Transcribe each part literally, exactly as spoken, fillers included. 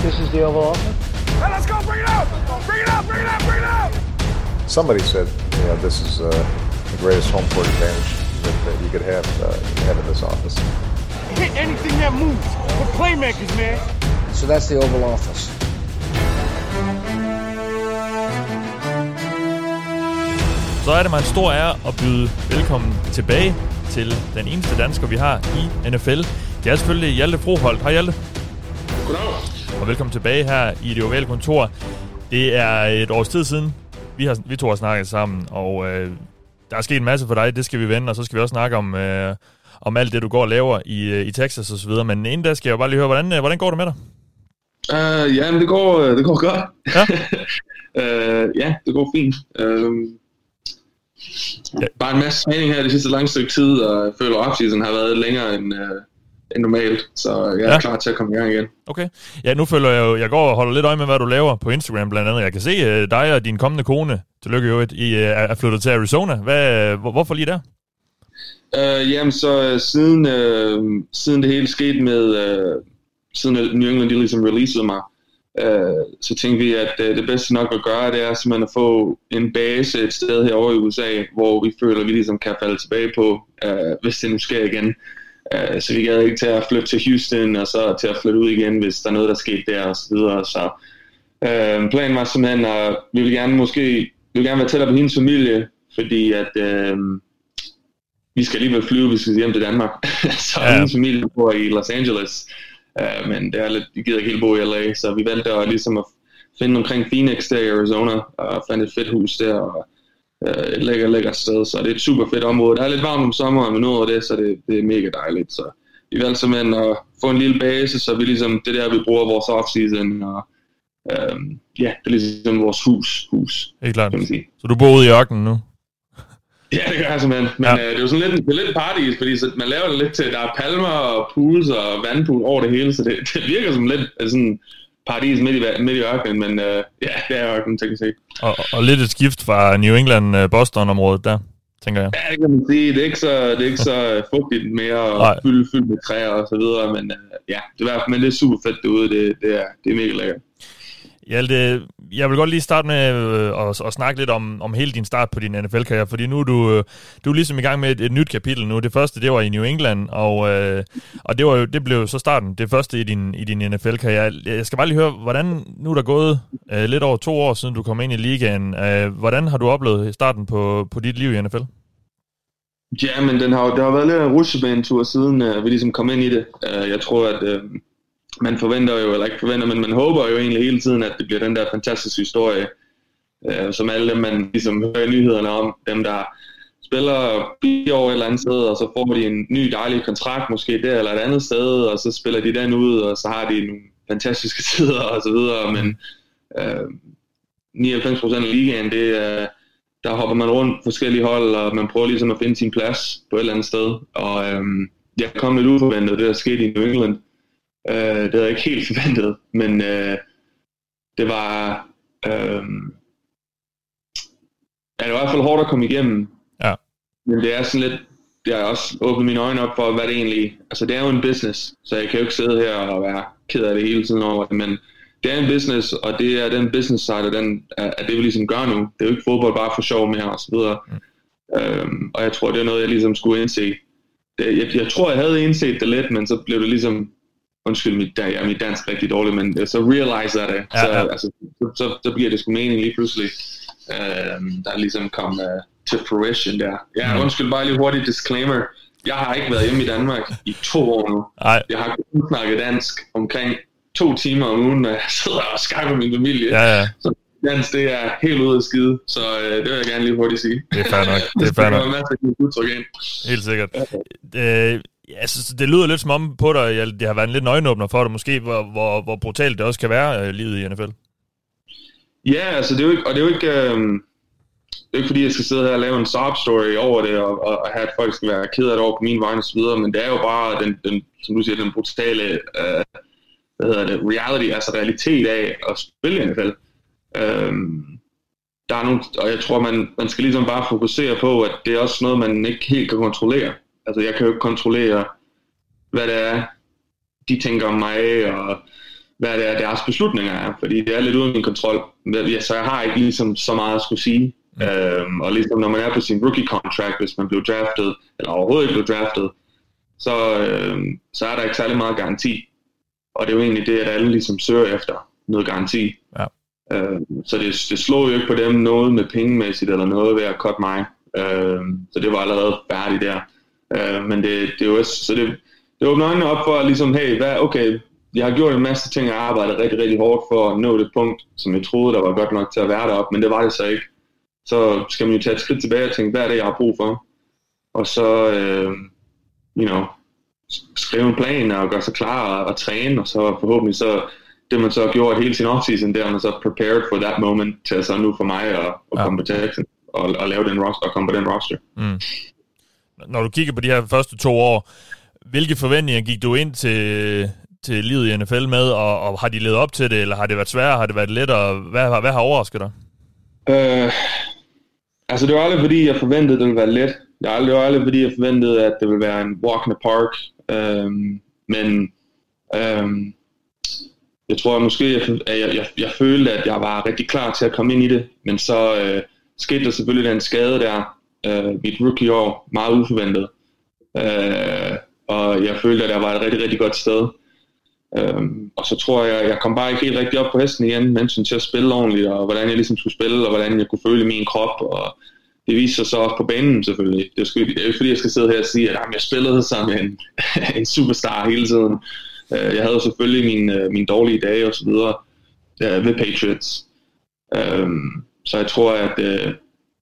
This is the Oval Office. Hey, let's go! Bring it out! Bring it out! Bring it out! Bring it out! Somebody said, you know, this is uh, the greatest home court advantage that, that you could have, uh, have in this office. Hit anything that moves. We're playmakers, man. So that's the Oval Office. Så er det mig en stor ære at byde velkommen tilbage til den eneste dansker, vi har i N F L. Det er selvfølgelig Hjalte Froholt. Hej Hjalte. Goddag. Og velkommen tilbage her i det ovale kontor. Det er et års tid siden, vi, har, vi to har snakket sammen, og øh, der er sket en masse for dig, det skal vi vende, og så skal vi også snakke om, øh, om alt det, du går og laver i, i Texas og så videre. Men inden da skal jeg jo bare lige høre, hvordan, øh, hvordan går det med dig? Uh, ja, men det går, det går godt. Ja, uh, ja det går fint. Uh, ja. Bare en masse træning her det sidste lange stykke tid, og jeg føler, at off-season har været længere end, uh, end normalt, så jeg er ja. klar til at komme i gang igen. Okay. Ja, nu føler jeg jo, jeg går og holder lidt øje med, hvad du laver på Instagram blandt andet. Jeg kan se uh, dig og din kommende kone, tillykke jo, I uh, er flyttet til Arizona. Hvad, hvor, hvorfor lige der? Uh, jamen, så uh, siden, uh, siden det hele skete med, uh, siden New England de ligesom releasede mig, uh, så tænkte vi, at uh, det bedste nok at gøre, det er simpelthen at få en base et sted herovre i U S A, hvor vi føler, at vi ligesom kan falde tilbage på, uh, hvis det nu sker igen. Uh, så vi gad ikke til at flytte til Houston, og så til at flytte ud igen, hvis der er noget, der skete der, og så videre. Så uh, planen var simpelthen, at vi vil gerne måske, vi vil gerne være tættere på hendes familie, fordi at uh, vi skal alligevel flyve, hvis vi skal hjem til Danmark. Så ja. Hendes familie bor i Los Angeles, uh, men det er lidt, de gider ikke helt bo i L A, så vi valgte at, ligesom at finde omkring Phoenix der i Arizona, og fandt et fedt hus der, og uh, et lækker, lækker sted, så det er et super fedt område. Der er lidt varmt om sommeren, men ud over det, så det, det er mega dejligt. Så vi valgte simpelthen at få en lille base, så vi ligesom, det der, vi bruger vores off-season, og uh, ja, det er ligesom vores hus, hus Helt klart. Så du bor ude i ørkenen nu? Ja, det gør jeg simpelthen. Men ja. øh, det er jo sådan lidt, det er lidt party, fordi så man laver det lidt til, der er palmer og pools og vandpool over det hele, så det, det virker som lidt sådan paradis midt i, midt i ørkenen, men øh, ja, det er ørkenen, tænker jeg. Og, og lidt et skift fra New England-Boston-området der, tænker jeg. Ja, det kan man sige. Det er ikke så, det er ikke så fugtigt mere og fyldt, fyldt med træer og så videre, men øh, ja, det er, men det er super fedt derude, det, det, er, det er mega lækkert. Hjalte, jeg vil godt lige starte med øh, at, at snakke lidt om, om hele din start på din N F L-karriere, fordi nu er du, du er ligesom i gang med et, et nyt kapitel nu. Det første, det var i New England, og, øh, og det, var jo, det blev så starten, det første i din, i din N F L-karriere. Jeg skal bare lige høre, hvordan nu er der gået øh, lidt over to år, siden du kom ind i ligaen. Øh, hvordan har du oplevet starten på, på dit liv i N F L? Ja, men den har, det har været lidt af en rutsjebanetur, siden øh, vi ligesom kom ind i det. Uh, jeg tror, at... Øh, man forventer jo, eller ikke forventer, men man håber jo egentlig hele tiden, at det bliver den der fantastiske historie, øh, som alle dem, man ligesom hører nyhederne om, dem der spiller fire år et eller andet sted, og så får de en ny dejlig kontrakt, måske der eller et andet sted, og så spiller de den ud, og så har de nogle fantastiske tider, og så videre, men øh, nioghalvfems procent af ligaen, det er, der hopper man rundt forskellige hold, og man prøver ligesom at finde sin plads på et eller andet sted, og øh, jeg kom lidt uforventet, det der skete i New England. Uh, det havde jeg ikke helt forventet, men uh, det var uh, ja, det var i hvert fald hårdt at komme igennem. Ja. Men det er sådan lidt, jeg har også åbnet mine øjne op for, hvad det egentlig, altså det er jo en business, så jeg kan jo ikke sidde her og være ked af det hele tiden over det, men det er en business, og det er den business side, og den, er det vi ligesom gør nu. Det er jo ikke fodbold bare for sjov mere og så videre. Mm. Uh, og jeg tror, det er noget, jeg ligesom skulle indse. Det, jeg, jeg tror, jeg havde indset det lidt, men så blev det ligesom undskyld, mit, der, ja, mit dansk rigtig dårligt, men så realiser det, ja, så, ja. Altså, så, så, så bliver det sgu mening lige pludselig, uh, der ligesom kom uh, til fruition der. Ja, mm. undskyld, bare lige hurtigt disclaimer. Jeg har ikke været hjemme i Danmark i to år nu. Ej. Jeg har kun snakket dansk omkring to timer om ugen, når jeg sidder og snakker med min familie. Ja, ja. Så dansk, det er helt ude af skide, så uh, det vil jeg gerne lige hurtigt sige. Det er fair nok. Det er fair nok. nok. Helt sikkert. Ja. Øh, Ja, så det lyder lidt som om på dig, ja, det har været en lidt øjenåbner for dig måske, hvor, hvor, hvor brutalt det også kan være, øh, livet i N F L. Ja, altså det er jo ikke, og det er jo ikke, øh, det er ikke fordi, jeg skal sidde her og lave en sob story over det, og, og have, at folk skal være ked af det over på min vegne og så videre, men det er jo bare den, den som du siger, den brutale, øh, hvad hedder det, reality, altså realitet af at spille i N F L. Øh, der er nogle, og jeg tror, man, man skal ligesom bare fokusere på, at det er også noget, man ikke helt kan kontrollere. Altså, jeg kan jo ikke kontrollere, hvad det er, de tænker om mig, og hvad det er, deres beslutninger er, fordi det er lidt uden min kontrol. Så jeg har ikke ligesom så meget at skulle sige. Mm. Øhm, og ligesom når man er på sin rookie contract, hvis man blev draftet, eller overhovedet ikke blev draftet, så, øhm, så er der ikke særlig meget garanti. Og det er jo egentlig det, at alle ligesom søger efter noget garanti. Ja. Øhm, så det, det slår jo ikke på dem noget med pengemæssigt eller noget ved at cut mig. Øhm, så det var allerede færdigt der. Øhm, men det, det er jo også, så det, det åbner øjnene op for ligesom, hey, hvad, okay, jeg har gjort en masse ting, og arbejdet rigtig, rigtig hårdt for at nå det punkt, som jeg troede, der var godt nok til at være deroppe, men det var det så ikke. Så skal man jo tage et skridt tilbage og tænke, hvad er det, jeg har brug for? Og så, øh, you know, skrive en plan og gøre sig klar og, og træne, og så forhåbentlig så, det man så har gjort hele sin offseason, der man så prepared for that moment, til så nu for mig at, at ja. komme på Texans og, og lave den roster, og komme på den roster. Mm. Når du kigger på de her første to år, hvilke forventninger gik du ind til, til livet i N F L med, og, og har de levet op til det, eller har det været sværere, har det været lettere? Hvad, hvad har overrasket dig? Øh, altså det var aldrig fordi jeg forventede det ville være let. Det var aldrig, aldrig fordi jeg forventede at det ville være en walk in the park. Øhm, men øhm, jeg tror måske jeg, jeg, jeg, jeg følte at jeg var rigtig klar til at komme ind i det. Men så øh, skete der selvfølgelig den skade der øh, mit rookie år meget uforventet. Øh, og jeg følte at jeg var et rigtig rigtig godt sted. Øhm, og så tror jeg, jeg kom bare ikke helt rigtig op på hesten igen, mens til at spille ordentligt, og hvordan jeg ligesom skulle spille, og hvordan jeg kunne føle min krop, og det viste sig så også på banen selvfølgelig. Det er jo ikke fordi, jeg skal sidde her og sige, at jamen, jeg spillede som en, en superstar hele tiden. Jeg havde selvfølgelig mine, mine dårlige dage og så videre ved Patriots. Øhm, så jeg tror, at øh,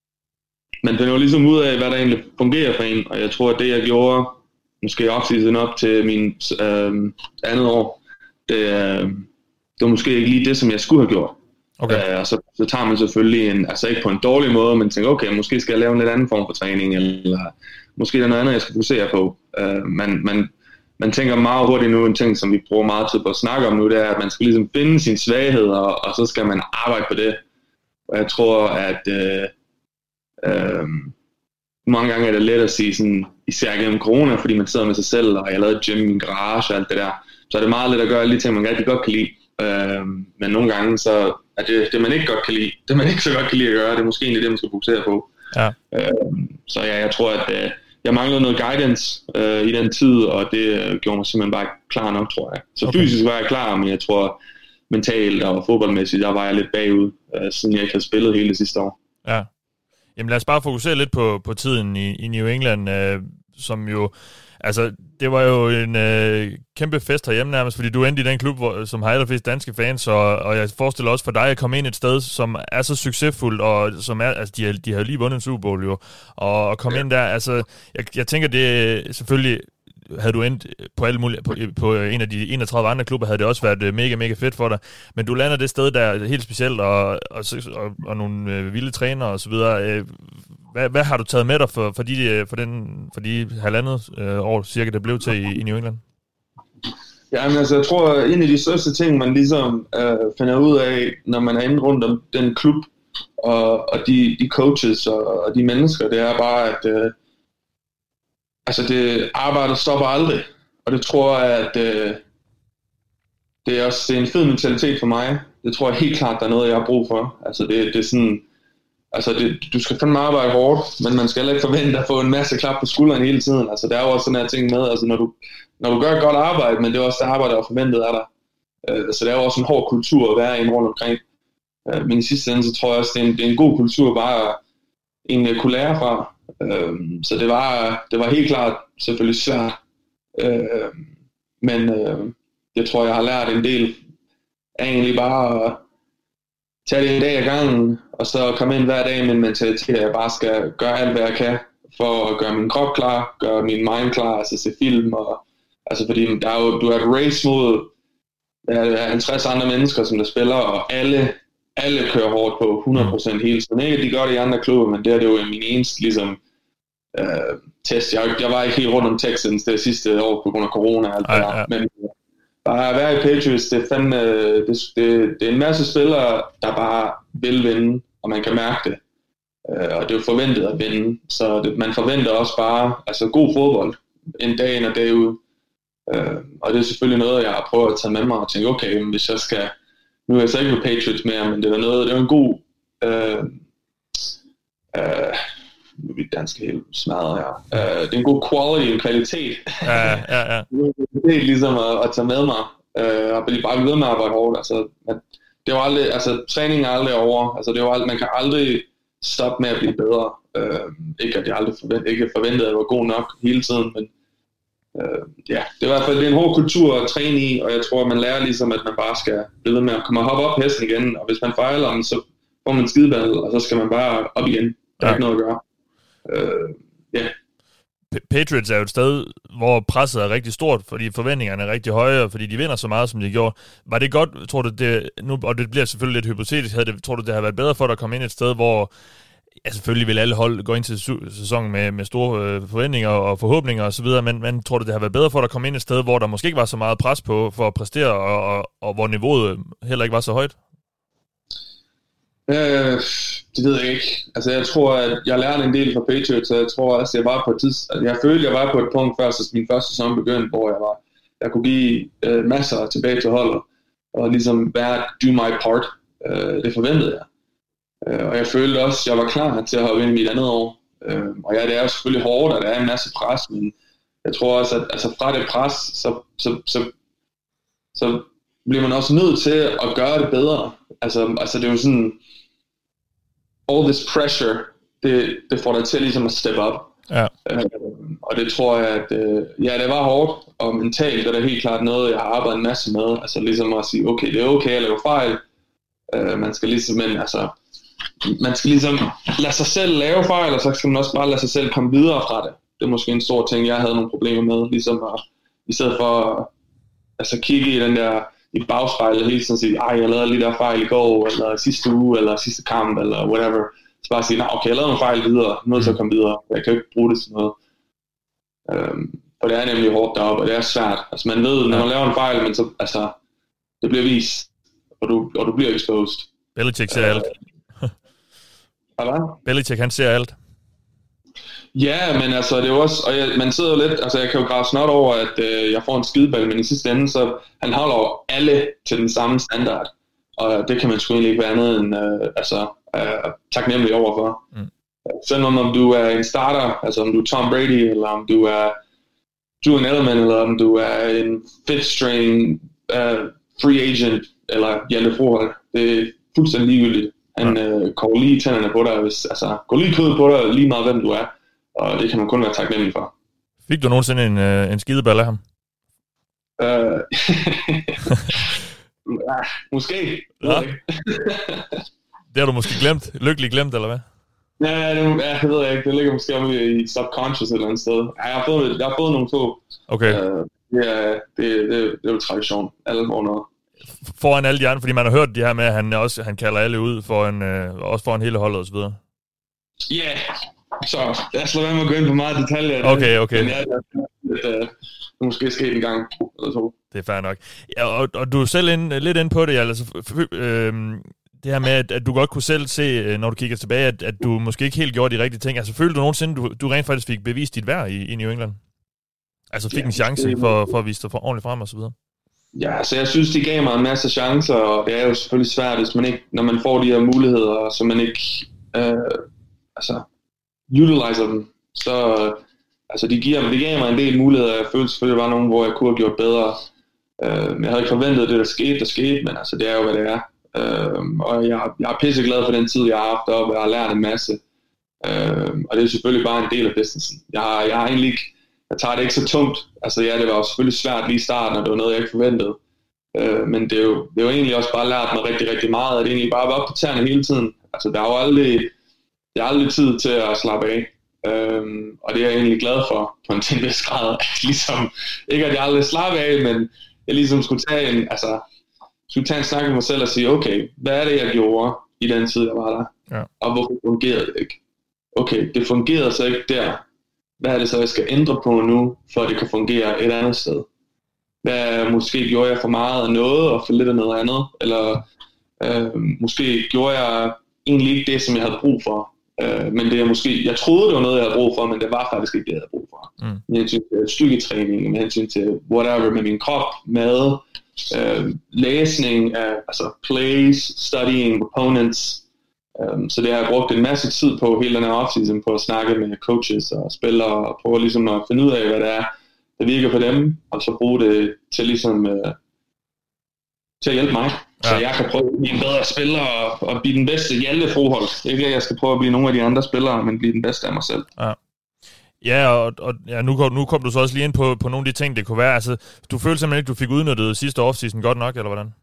man finder jo ligesom ud af, hvad der egentlig fungerer for en, og jeg tror, at det jeg gjorde, måske offseason op til min øh, andet år, det, øh, det var måske ikke lige det, som jeg skulle have gjort. Okay. Øh, og så, så tager man selvfølgelig, en, altså ikke på en dårlig måde, men tænker, okay, måske skal jeg lave en lidt anden form for træning, eller måske der er noget andet, jeg skal fokusere på. Øh, man, man, man tænker meget hurtigt nu, en ting, som vi bruger meget tid på at snakke om nu, det er, at man skal ligesom finde sine svagheder, og, og så skal man arbejde på det. Og jeg tror, at øh, øh, mange gange er det let at sige, sådan, især gennem corona, fordi man sidder med sig selv, og jeg lavede gym i min garage og alt det der, så er det meget let at gøre alle de ting, man rigtig godt kan lide. Øh, men nogle gange, så er det det, man ikke godt kan lide, det man ikke så godt kan lide at gøre, det er måske egentlig det, man skal fokusere på. Ja. Øh, så ja, jeg tror, at øh, jeg manglede noget guidance øh, i den tid, og det øh, gjorde mig simpelthen bare klar nok, tror jeg. Så okay. Fysisk var jeg klar, men jeg tror mentalt og fodboldmæssigt, der var jeg lidt bagud, øh, siden jeg ikke havde spillet hele det sidste år. Ja. Jamen lad os bare fokusere lidt på, på tiden i, i New England, øh, som jo, altså det var jo en øh, kæmpe fest herhjemme nærmest, fordi du endte i den klub, hvor, som har allerflest danske fans, og, og jeg forestiller også for dig at komme ind et sted, som er så succesfuldt, og som er, altså de har, de har jo lige vundet en Super Bowl jo, og, og komme ja. ind der, altså jeg, jeg tænker det selvfølgelig, havde du endt på alle mulige, på, på en af de enogtredive andre klubber, havde det også været mega, mega fedt for dig. Men du lander det sted, der er helt specielt, og, og, og, og nogle øh, vilde trænere og så videre. Hvad, hvad har du taget med dig for, for, de, for, den, for de halvandet øh, år cirka, det blev til i, i New England? Ja, men altså, jeg tror, en af de største ting, man ligesom øh, finder ud af, når man er inde rundt om den klub, og, og de, de coaches og, og de mennesker, det er bare, at øh, altså det arbejdet stopper aldrig, og det tror jeg, at øh, det er også det er en fed mentalitet for mig. Det tror jeg helt klart, der er noget, jeg har brug for. Altså det, det er sådan, altså det, du skal fandme arbejde hårdt, men man skal heller ikke forvente at få en masse klap på skulderen hele tiden. Altså der er jo også sådan her ting med, altså når du, når du gør et godt arbejde, men det er også det arbejde, der er forventet af dig. Øh, så det er jo også en hård kultur at være inde rundt omkring. Øh, men i sidste ende, så tror jeg også, det er en, det er en god kultur bare at egentlig kunne lære fra. Øhm, så det var, det var helt klart selvfølgelig svært, øhm, men øh, jeg tror jeg har lært en del af egentlig bare at tage det en dag ad gangen, og så komme ind hver dag med en mentalitet, at jeg bare skal gøre alt hvad jeg kan for at gøre min krop klar, gøre min mind klar, altså se film, og, altså fordi der er jo, du er et race mod der er halvtreds andre mennesker som der spiller, og alle alle kører hårdt på hundrede procent hele tiden. Ikke, de gør det i andre klubber, men det er det jo min eneste ligesom, øh, test. Jeg, jeg var ikke helt rundt om Texans det sidste år på grund af corona og alt det der. Men bare at være i Patriots, det er, fandme, det, det, det er en masse spillere, der bare vil vinde, og man kan mærke det. Øh, og det er jo forventet at vinde. Så det, man forventer også bare altså god fodbold en dag ind og dag ud. Øh, og det er selvfølgelig noget, jeg har prøvet at tage med mig og tænke, okay, hvis jeg skal, nu er jeg så ikke med Patriots mere, men det er noget, det er en god, øh, øh, nu er vi danske helt smadret her, øh, det er en god quality, en kvalitet, ja, ja, ja. det er ligesom at, at tage med mig, øh, og bare blive ved med at arbejde hårdt, altså, at det var aldrig, altså træning er aldrig over, altså det var aldrig, man kan aldrig stoppe med at blive bedre, øh, ikke at jeg aldrig forvent, ikke forventede, at jeg var god nok hele tiden, men øh, ja, det er i hvert fald det er en hård kultur at træne i, og jeg tror, at man lærer ligesom, at man bare skal blive ved med at komme og hoppe op hesten igen, og hvis man fejler, så får man en skideball, og så skal man bare op igen, der er ja. ikke noget at gøre. Øh, ja. Patriots er jo et sted, hvor presset er rigtig stort, fordi forventningerne er rigtig høje, og fordi de vinder så meget, som de gjorde. Var det godt, tror du, det, nu, og det bliver selvfølgelig lidt hypotetisk, havde det, tror du, det havde været bedre for dig at komme ind et sted, hvor ja, selvfølgelig vil alle hold gå ind til sæsonen med, med store øh, forventninger og forhåbninger osv., men, men tror du, det har været bedre for dig at komme ind et sted, hvor der måske ikke var så meget pres på for at præstere, og, og, og hvor niveauet heller ikke var så højt? Øh, det ved jeg ikke. Altså jeg tror, at jeg lærte en del fra Patriots, og jeg tror også, at jeg var på et tids, altså, jeg følte, at jeg var på et punkt før, så min første sæson begyndte, hvor jeg var, jeg kunne give øh, masser tilbage til holdet, og ligesom være do my part. Øh, det forventede jeg. Øh, og jeg følte også, at jeg var klar til at hoppe ind i mit andet år. Øh, og ja, det er jo selvfølgelig hårdt, og der er en masse pres, men jeg tror også, at altså, fra det pres, så, så, så, så bliver man også nødt til at gøre det bedre. Altså, altså det er jo sådan, all this pressure, det, det får dig til ligesom at step up. Ja. Øh, og det tror jeg, at øh, ja, det var hårdt, og mentalt er det helt klart noget, jeg har arbejdet en masse med. Altså ligesom at sige, okay, det er okay at lave fejl. Øh, man skal ligesom, men altså, man skal ligesom lade sig selv lave fejl, og så skal man også bare lade sig selv komme videre fra det. Det er måske en stor ting, jeg havde nogle problemer med, ligesom at, i stedet for at altså, kigge i den der, i bagspejlet hele tiden og sige, ej, jeg lavede lige der fejl i går, eller sidste uge, eller sidste kamp, eller whatever. Så bare sige, nej, okay, jeg lavede nogle fejl videre, nødt til at komme videre, jeg kan jo ikke bruge det til noget. Øhm, for det er nemlig hårdt deroppe, og det er svært. Altså man ved, når man laver en fejl, men så, altså, det bliver vist, og du, og du bliver exposed. Belichick ser alt. Hvad? Belichick, han ser alt. Ja, men altså, det er jo også, og jeg, man sidder jo lidt, altså jeg kan jo grave snot over, at øh, jeg får en skideball, men i sidste ende, så han holder jo alle til den samme standard, og det kan man sgu egentlig ikke være andet end, øh, altså, øh, taknemmelig overfor. Mm. Selvom om du er en starter, altså om du er Tom Brady, eller om du er Julian Edelman, eller om du er en fifth string uh, free agent, eller Hjalte Froholt, det er fuldstændig ligegyldigt. Han ja. øh, går lige tænderne på dig, hvis, altså går lige kød på dig, lige meget hvem du er, og det kan man kun være taknemmelig for. Fik du nogensinde en, øh, en skideball af ham? Øh, ja, måske. Ja. Det har du måske glemt, lykkeligt glemt, eller hvad? Ja, det, ja, det ved jeg ikke. Det ligger måske om i subconscious et eller andet sted. Ja, jeg har fået, jeg har fået nogle få. Okay. Øh, det, er, det, det, det er jo tradition. Alle må noget. Foran alle de andre, fordi man har hørt det her med, at han også han kalder alle ud, foran, øh, også foran hele holdet og så videre. Ja, yeah. Så jeg slår være med at gå ind på meget detaljer. Okay, okay. Men ja, det er måske sket en gang eller to. Det er fair nok. Ja, og, og du er selv ind, lidt inde på det, altså, øh, det her med, at, at du godt kunne selv se, når du kigger tilbage, at, at du måske ikke helt gjorde de rigtige ting. Altså, følte du nogensinde, du, du rent faktisk fik bevist dit værd i, i New England? Altså, fik ja, en chance det, for, for at vise dig for ordentligt frem og så videre? Ja, så jeg synes, de gav mig en masse chancer, og det er jo selvfølgelig svært, hvis man ikke, når man får de her muligheder, så man ikke øh, altså, utiliser dem. Så altså, de, giver, de gav mig en del muligheder. Jeg følte selvfølgelig, der var nogen, hvor jeg kunne have gjort bedre. Øh, jeg havde ikke forventet det, der skete, der skete, men altså, det er jo, hvad det er. Øh, og jeg, jeg er pisseglad for den tid, jeg har haft deroppe, og jeg har lært en masse. Øh, og det er selvfølgelig bare en del af businessen. Jeg har, jeg har egentlig ikke, jeg tager det ikke så tungt. Altså ja, det var jo selvfølgelig svært lige i starten, og det var noget, jeg ikke forventede. Øh, men det er, jo, det er jo egentlig også bare lært mig rigtig, rigtig meget, at det egentlig bare var op på tæerne hele tiden. Altså der er jo aldrig, jeg har aldrig tid til at slappe af. Øh, og det er jeg egentlig glad for, på en til en vis grad. ligesom, ikke at jeg aldrig slapper af, men jeg ligesom skulle tage en, altså, skulle tage en snak med mig selv og sige, okay, hvad er det, jeg gjorde i den tid, jeg var der? Ja. Og hvorfor fungerede det ikke? Okay, det fungerede så ikke der. Hvad er det så, jeg skal ændre på nu, for at det kan fungere et andet sted? Hvad måske gjorde jeg for meget af noget, og for lidt af noget andet? Eller øh, måske gjorde jeg egentlig ikke det, som jeg havde brug for? Uh, men det er måske, jeg troede, det var noget, jeg havde brug for, men det var faktisk ikke det, jeg havde brug for. Mm. Med hensyn til styrketræning, med hensyn til whatever, med min krop, mad, uh, læsning af altså plays, studying opponents. Um, så det har jeg brugt en masse tid på hele den her offseason, på at snakke med coaches og spillere, og prøve ligesom at finde ud af, hvad det er, der virker på dem, og så bruge det til ligesom uh, til at hjælpe mig. Ja. Så jeg kan prøve at blive en bedre spiller og, og blive den bedste i alle forhold. Ikke at jeg skal prøve at blive nogle af de andre spillere, men blive den bedste af mig selv. Ja, ja og, og ja, nu, kom, nu kom du så også lige ind på, på nogle af de ting, det kunne være. Altså, du følte simpelthen ikke, du fik udnyttet sidste offseason godt nok, eller hvordan?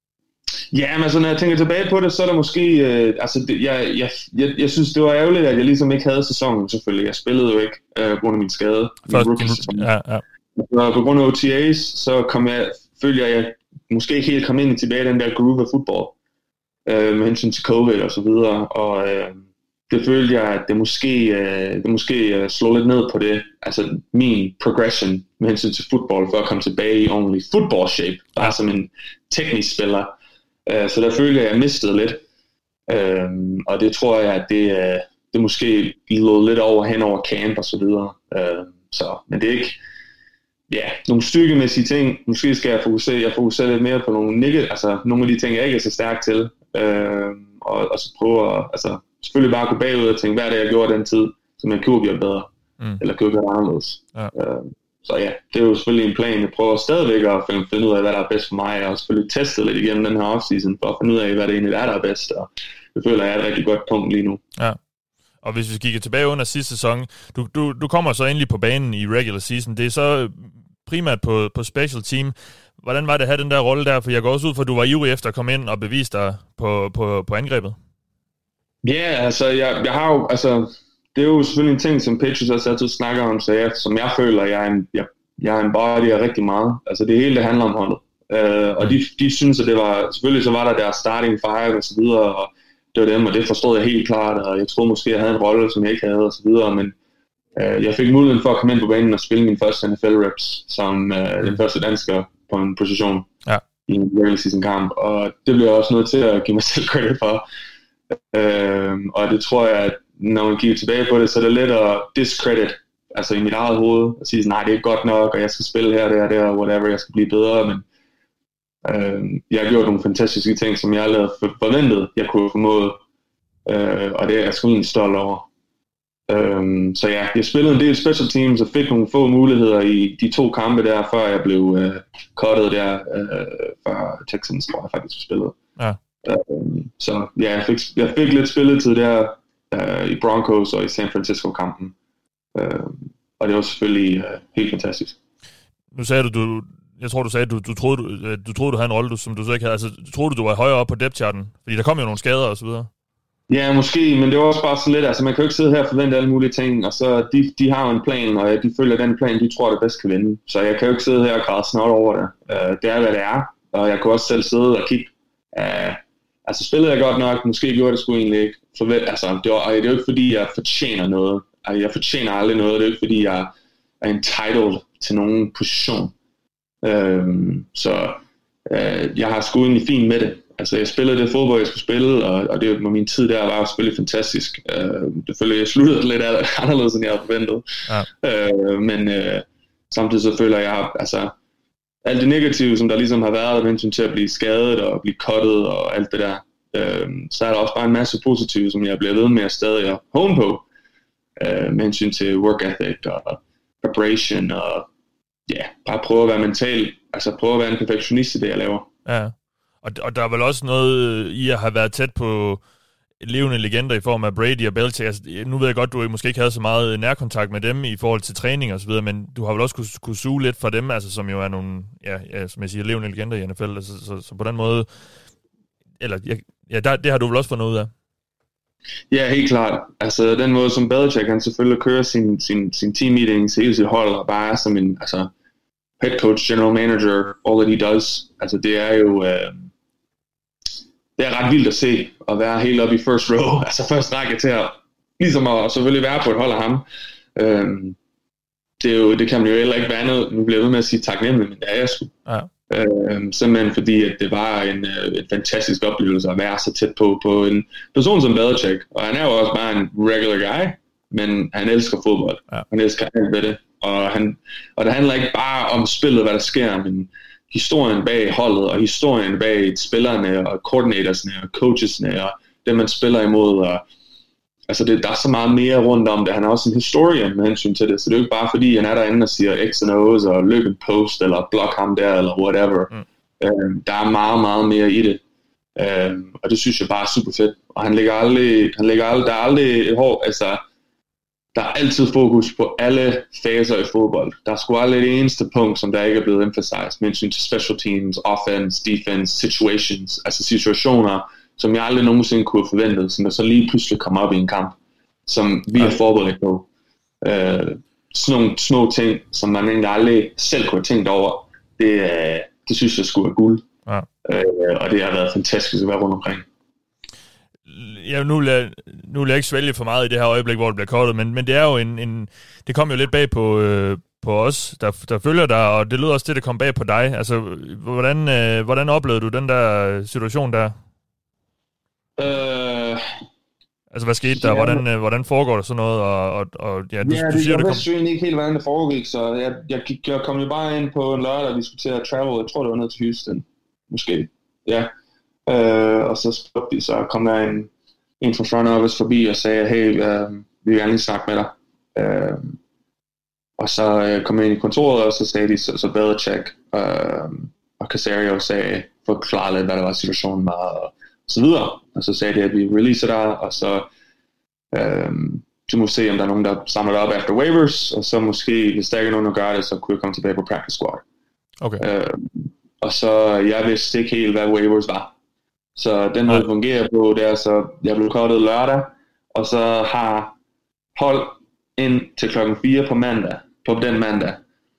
Ja, men altså, når jeg tænker tilbage på det, så er der måske... Øh, altså, det, jeg, jeg, jeg, jeg synes, det var ærgerligt, at jeg ligesom ikke havde sæsonen, selvfølgelig. Jeg spillede jo ikke øh, på grund af min skade. Først, min ja, ja. Og på grund af O T A's, så kom jeg, følte jeg, at jeg måske ikke helt kom ind tilbage i den der groove af fodbold, øh, med hensyn til covid og så videre, og øh, det følte jeg, at det måske, øh, det måske øh, slog lidt ned på det, altså min progression med hensyn til fodbold, for at komme tilbage i ordentlig football shape, bare ja. Som en teknisk spiller, øh, så der følte jeg, at jeg mistede lidt, øh, og det tror jeg, at det, øh, det måske lå lidt over hen over camp og så videre, øh, så, men det er ikke, ja, nogle styrkemæssige ting. Måske skal jeg fokusere, jeg fokuserer lidt mere på nogle negative, altså nogle af de ting, jeg ikke er så stærk til. Øh, og, og så prøve at, altså selvfølgelig bare gå bagud og tænke, hvad er det, jeg gjorde den tid, som jeg kunne gøre bedre, mm. eller kunne gøre anderledes. Ja. Øh, så ja, det er jo selvfølgelig en plan. Jeg prøver stadigvæk at finde, finde ud af, hvad der er bedst for mig, og selvfølgelig teste lidt igennem den her offseason, for at finde ud af, hvad det egentlig er, der er bedst, og det føler jeg er et rigtig godt punkt lige nu. Ja. Og hvis vi kigger tilbage under sidste sæson, du, du, du kommer så endelig på banen i regular season. Det er så primært på, på special team. Hvordan var det at have den der rolle der? For jeg går også ud for, at du var ivrig efter at komme ind og bevise dig på, på, på angrebet. Ja, yeah, altså jeg, jeg har jo, altså det er jo selvfølgelig en ting, som Patriots også altid snakker om, så jeg, som jeg føler, jeg er en, jeg, jeg er en body af rigtig meget. Altså det hele, det handler om holdet. Uh, og de, de synes, at det var, selvfølgelig så var der der starting five og så videre, og det var dem, og det forstod jeg helt klart, og jeg troede måske, jeg havde en rolle, som jeg ikke havde, og så videre, men øh, jeg fik muligheden for at komme ind på banen og spille min første N F L-reps, som øh, den første dansker på en position ja. I en regular season kamp, og det blev jeg også nødt til at give mig selv credit for, øh, og det tror jeg, at når man kigger tilbage på det, så er det let at discredit, altså i mit eget hoved, og sige, nej, det er godt nok, og jeg skal spille her, der, der, whatever, jeg skal blive bedre, men Uh, jeg har gjort nogle fantastiske ting, som jeg aldrig havde forventet, jeg kunne have formået, uh, og det er jeg sgu egentlig stolt over. Uh, så ja, jeg spillede en del special teams og fik nogle få muligheder i de to kampe der, før jeg blev uh, cuttet der, uh, før Texans, tror jeg faktisk spillede. Ja. Uh, så ja, jeg fik, jeg fik lidt spilletid der uh, i Broncos og i San Francisco-kampen, uh, og det var selvfølgelig uh, helt fantastisk. Nu sagde du, du Jeg tror, du sagde, at du, du, troede, du, du troede, du havde en rolle, du, som du så ikke havde. Altså, du troede, du var højere op på depth-charten? Fordi der kom jo nogle skader og så videre. Ja, måske, men det var også bare sådan lidt, altså man kan jo ikke sidde her og forvente alle mulige ting, og så de, de har jo en plan, og de følger den plan, de tror, det bedst kan vinde. Så jeg kan jo ikke sidde her og græde snot over det. Uh, det er, hvad det er, og jeg kunne også selv sidde og kigge. Uh, altså spillede jeg godt nok, måske gjorde det sgu egentlig ikke. Forvent, altså, det, var, det er jo ikke, fordi jeg fortjener noget. Altså, jeg fortjener aldrig noget, det er jo ikke, fordi jeg er entitled til nogen position. Øhm, så øh, jeg har sgu egentlig fint med det. Altså jeg spillede det fodbold, jeg skulle spille, og, og det var min tid der var selvfølgelig fantastisk. Øh, selvfølgelig jeg sluttede lidt anderledes, end jeg havde forventet. Ja. Øh, men øh, samtidig så føler jeg, altså alt det negative, som der ligesom har været, med hensyn til at blive skadet og blive cuttet og alt det der, øh, så er der også bare en masse positive, som jeg bliver ved med at stadig at hone på, øh, med hensyn til work ethic og preparation og ja, yeah, bare prøve at være mental, altså prøve at være en perfektionist i det, jeg laver. Ja, og, og der er vel også noget i at have været tæt på levende legender i form af Brady og Belichick. Altså, nu ved jeg godt, du måske ikke havde så meget nærkontakt med dem i forhold til træning og så videre, men du har vel også kunne, kunne suge lidt fra dem, altså, som jo er nogle, ja, ja, som jeg siger, levende legender i N F L. Altså, så, så på den måde, eller ja, ja der, det har du vel også fået noget ud af? Ja, helt klart. Altså den måde, som Belichick han selvfølgelig kører sin, sin, sin team meetings, hele sit hold, og bare er som en altså, head coach, general manager, all that he does. Altså det er jo øh, det er ret vildt at se, at være helt oppe i first row, altså første række til at, ligesom at selvfølgelig være på et hold af ham. Øh, det, er jo, det kan man jo heller ikke være noget, nu bliver jeg ved med at sige taknemmelig, men det er jeg sgu. Ja. Øh, simpelthen fordi, at det var en, en fantastisk oplevelse at være så tæt på, på en person som Belichick. Og han er jo også bare en regular guy, men han elsker fodbold. Ja. Han elsker alt ved det. Og, han, og det handler ikke bare om spillet, hvad der sker, men historien bag holdet, og historien bag spillerne, og coordinatorsne, og coachesne, og dem man spiller imod. Og, altså det, der er så meget mere rundt om det. Han er også en historian med hensyn til det, så det er jo ikke bare fordi, han er derinde og siger X and O's, og løb en post, eller blok ham der, eller whatever. Mm. Øhm, der er meget, meget mere i det. Øhm, og det synes jeg bare er super fedt. Og han lægger aldrig, han lægger aldrig, der er aldrig et hår, altså der er altid fokus på alle faser i fodbold. Der er sgu aldrig det eneste punkt, som der ikke er blevet emphasized, med hensyn til special teams, offense, defense, situations, altså situationer, som jeg aldrig nogensinde kunne have forventet, som der så lige pludselig kommer op i en kamp, som vi er forberedt på. Øh, sådan nogle små ting, som man egentlig aldrig selv kunne have tænkt over, det, øh, det synes jeg skulle være guld. Ja. Øh, og det har været fantastisk at være rundt omkring. Ja, nu vil, jeg, nu vil jeg ikke svælge for meget i det her øjeblik, hvor det bliver kortet, men, men det er jo en, en det kom jo lidt bag på, øh, på os, der, der følger dig, og det lyder også til, det kom bag på dig. Altså, hvordan, øh, hvordan oplevede du den der situation der? Øh, altså, hvad skete der? Ja, hvordan, øh, hvordan foregår der sådan noget? Og, og, og, ja, du, ja, du det, siger, jeg det vidste jo egentlig ikke helt, hvordan det foregik, så jeg, jeg, gik, jeg kom jo bare ind på en lørdag og diskuterede travel. Jeg tror, det var ned til Houston, måske. Ja. Øh, og så spurgte de, så kom der en en fra front office forbi og sagde, hey, øh, vi vil gerne lige snakke med dig. Øh, og så øh, kom jeg ind i kontoret, og så sagde de, så, så Belichick øh, og Caserio sagde, forklare lidt, hvad der var situationen var, og så videre. Og så sagde de, at vi releaser dig, og så øh, du må se, om der er nogen, der samler dig op efter waivers, og så måske, hvis der ikke er nogen, der gør det, så kunne jeg komme tilbage på practice squad. Okay. Øh, og så, jeg vidste ikke helt, hvad waivers var. Så den måde det fungerer på, det er så, jeg blev cuttet lørdag, og så har hold ind til klokken fire på mandag, på den mandag,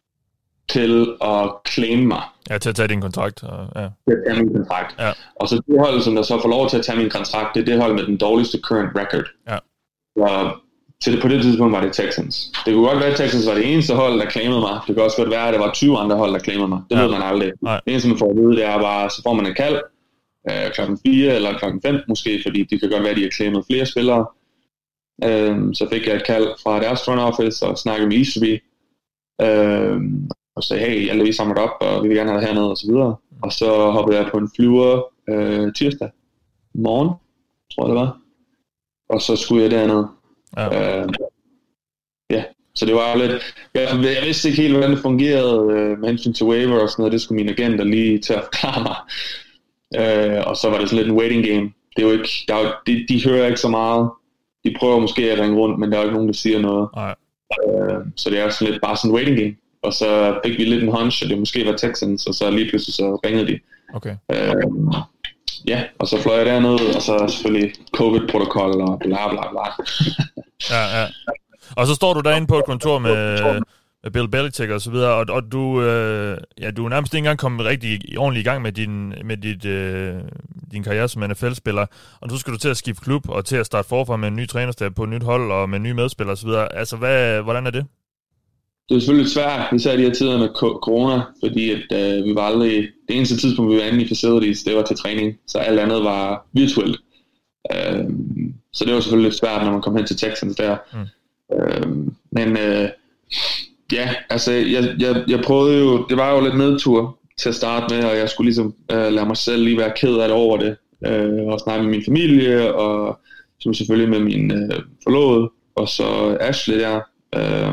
til at claim mig. Ja, til at tage din kontrakt. Og, ja. Til at tage min kontrakt. Ja. Og så det hold, som der så får lov til at tage min kontrakt, det er det hold med den dårligste current record. Ja. Og til det, på det tidspunkt var det Texans. Det kunne godt være, at Texans var det eneste hold, der claimede mig. Det kunne også godt være, at der var tyve andre hold, der claimede mig. Det ja. ved man aldrig. Nej. Det eneste, man får at vide, det er bare, så får man en kald, Øh, klokken fire eller klokken fem måske, fordi det kan godt være, at de har claimet flere spillere. Øh, så fik jeg et kald fra deres front office og snakkede med Easterby. Øh, og sagde, hey, alle vi samlet op, og vi vil gerne have det hernede, og så videre. Og så hoppede jeg på en flyver øh, tirsdag morgen, tror jeg det var. Og så skulle jeg dernede. Ja. Øh, ja, så det var lidt... Jeg, jeg vidste ikke helt, hvordan det fungerede øh, med hensyn til waiver og sådan noget. Det skulle mine agenter lige til at forklare mig. Uh, og så var det sådan lidt en waiting game. Det er jo ikke, der er jo, de, de hører ikke så meget. De prøver måske at ringe rundt, men der er jo ikke nogen, der siger noget. Uh, så det er sådan lidt bare sådan en waiting game. Og så fik vi lidt en hunch, at det måske var Texans, og så lige pludselig så ringede de. Okay. Uh, ja, og så fløj jeg derned, og så selvfølgelig covid-protokol og bla bla bla. ja, ja. Og så står du derinde på et kontor med... Bill Belichick og så videre, og, og du, øh, ja, du er nærmest ikke engang kommet rigtig ordentligt i gang med din, med dit, øh, din karriere som N F L-spiller, og nu skal du til at skifte klub, og til at starte forfra med en ny trænerstab på et nyt hold, og med nye medspillere og så videre. Altså, hvad, hvordan er det? Det er selvfølgelig svært, især i de her tider med corona, fordi at, øh, vi var aldrig, det eneste tidspunkt, vi var inde i facilities, det var til træning, så alt andet var virtuelt. Øh, så det var selvfølgelig lidt svært, når man kom hen til Texans der. Mm. Øh, men... Øh, Ja, altså jeg, jeg, jeg prøvede jo, det var jo lidt nedtur til at starte med, og jeg skulle ligesom øh, lade mig selv lige være ked af det over det, øh, og snakke med min familie, og som selvfølgelig med min øh, forlovede, og så Ashley der, øh,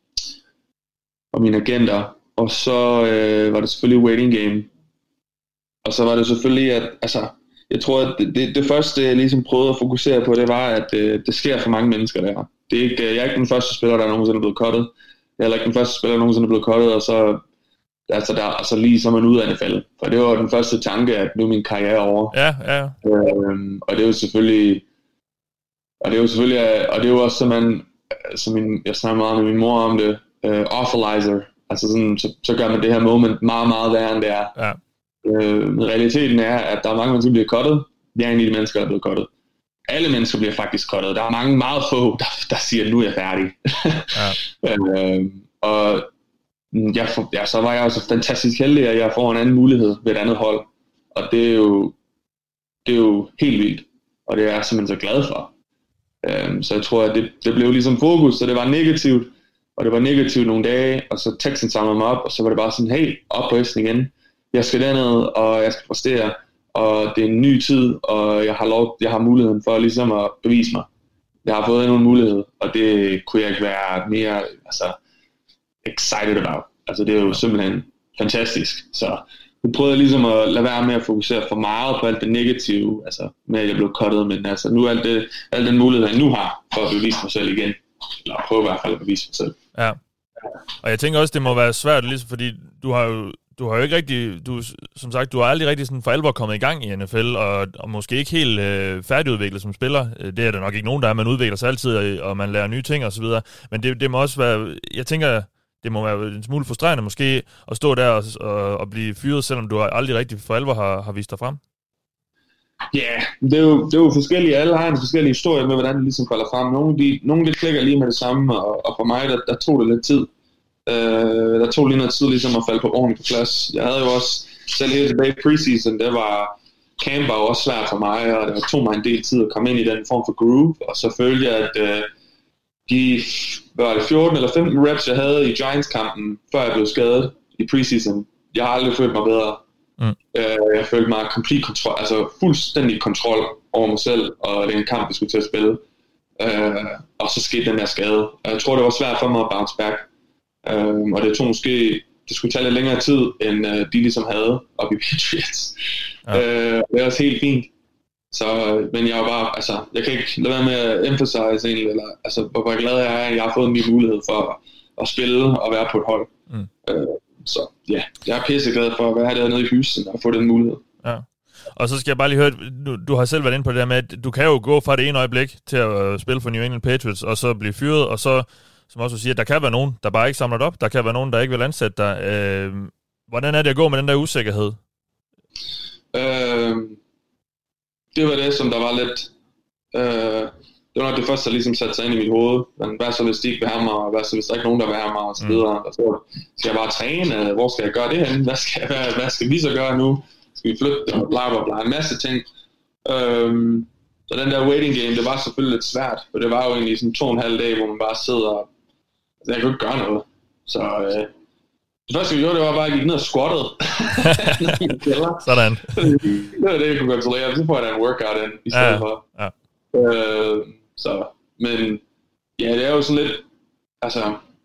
og mine agenter, og så øh, var det selvfølgelig waiting game, og så var det selvfølgelig, at altså, jeg tror, at det, det, det første, jeg ligesom prøvede at fokusere på, det var, at øh, det sker for mange mennesker der. Det er ikke, jeg er ikke den første spiller, der nogensinde er blevet cuttet. Jeg er ikke den første spiller, der nogensinde er blevet cuttet, og så, altså der, altså lige så er man ud af N F L. For det var den første tanke, at nu er min karriere over. Ja, ja. Øhm, og det er jo selvfølgelig, og det er jo selvfølgelig, og det er jo også, som man, som min, jeg snakker meget med min mor om det, uh, awfulizer. Altså sådan, så, så gør man det her moment meget, meget værre, end det er. Ja. Øh, realiteten er, at der er mange mennesker, der bliver cuttet. Jeg er en af de mennesker, der er blevet cuttet. Alle mennesker bliver faktisk cuttet. Der er mange, meget få, der, der siger, at nu er jeg færdig. Ja. øh, og jeg for, ja, så var jeg også fantastisk heldig, at jeg får en anden mulighed ved et andet hold. Og det er jo, det er jo helt vildt, og det er jeg simpelthen så glad for. Um, så jeg tror, at det, det blev ligesom fokus, så det var negativt, og det var negativt nogle dage, og så Texans samlede mig op, og så var det bare sådan, hey, op på hesten igen. Jeg skal derned, og jeg skal præstere, og det er en ny tid, og jeg har, lov, jeg har muligheden for ligesom at bevise mig. Jeg har fået endnu en mulighed, og det kunne jeg ikke være mere altså, excited about. Altså det er jo simpelthen fantastisk. Så jeg prøvede ligesom at lade være med at fokusere for meget på alt det negative, altså med at jeg blev cuttet, men altså nu er alt, det, alt den mulighed, jeg nu har for at bevise mig selv igen. Eller prøve i hvert fald at bevise mig selv. Ja, og jeg tænker også, det må være svært, ligesom, fordi du har jo Du har jo ikke rigtig, du, som sagt, du har aldrig rigtig sådan for alvor kommet i gang i N F L, og, og måske ikke helt øh, færdigudviklet som spiller. Det er der nok ikke nogen, der er. Man udvikler sig altid, og man lærer nye ting og så videre. Men det, det må også være, jeg tænker, det må være en smule frustrerende måske, at stå der og, og, og blive fyret, selvom du aldrig rigtig for alvor har, har vist dig frem. Ja, yeah, det er jo, det er jo forskellige. Alle har en forskellige historie med, hvordan det ligesom falder frem. Nogle, de, nogle det klikker lige med det samme, og, og for mig, der, der tog det lidt tid. Uh, der tog lige noget tid ligesom at falde på ordentligt på plads. Jeg havde jo også, selv helt tilbage i preseason, det var, camp var jo også svært for mig, og det tog mig en del tid at komme ind i den form for groove, og så følte jeg, at uh, de var det fjorten eller femten reps, jeg havde i Giants-kampen, før jeg blev skadet i preseason. Jeg har aldrig følt mig bedre. Mm. Uh, jeg følte mig komplet kontrol, altså fuldstændig kontrol over mig selv, og det er en kamp, jeg skulle til at spille. Uh, og så skete den der skade. Jeg tror, det var svært for mig at bounce back. Um, og det tog måske, det skulle tage lidt længere tid, end uh, de ligesom havde oppe i Patriots. Ja. Uh, det er også helt fint. Så, men jeg er bare, altså, jeg kan ikke lade være med at emphasize egentlig, eller, altså, hvor glad jeg er, at jeg har fået en ny mulighed for at, at spille og være på et hold. Mm. Uh, så ja, jeg er pisseglad for at være dernede i Houston og få den mulighed. Ja. Og så skal jeg bare lige høre, du, du har selv været inde på det der med, at du kan jo gå fra det ene øjeblik til at spille for New England Patriots, og så blive fyret, og så som også siger, der kan være nogen, der bare ikke samler op. Der kan være nogen, der ikke vil ansætte dig. Øh, hvordan er det at gå med den der usikkerhed? Øh, det var det, som der var lidt... Øh, det var nok det første, der ligesom satte sig ind i mit hoved. Men hvad så, hvis de ikke vil have mig, og hvad så, hvis der ikke er nogen, der vil have mig, og så videre. Mm. Og så skal jeg bare træne, hvor skal jeg gøre det hen? Hvad skal, hvad, hvad skal vi så gøre nu? Skal vi flytte og bla bla bla, en masse ting. Øh, så den der waiting game, det var selvfølgelig lidt svært, for det var jo egentlig sådan to og en halv dag, hvor man bare sidder og altså, jeg kunne ikke gøre noget. Så øh, det første, vi gjorde, det var bare, at jeg gik ned og squattede. Sådan. Det var det, jeg kunne kontrollere. Så får jeg da en workout ind, i stedet ja, for. Ja. Øh, så, men ja, det er jo sådan lidt, altså...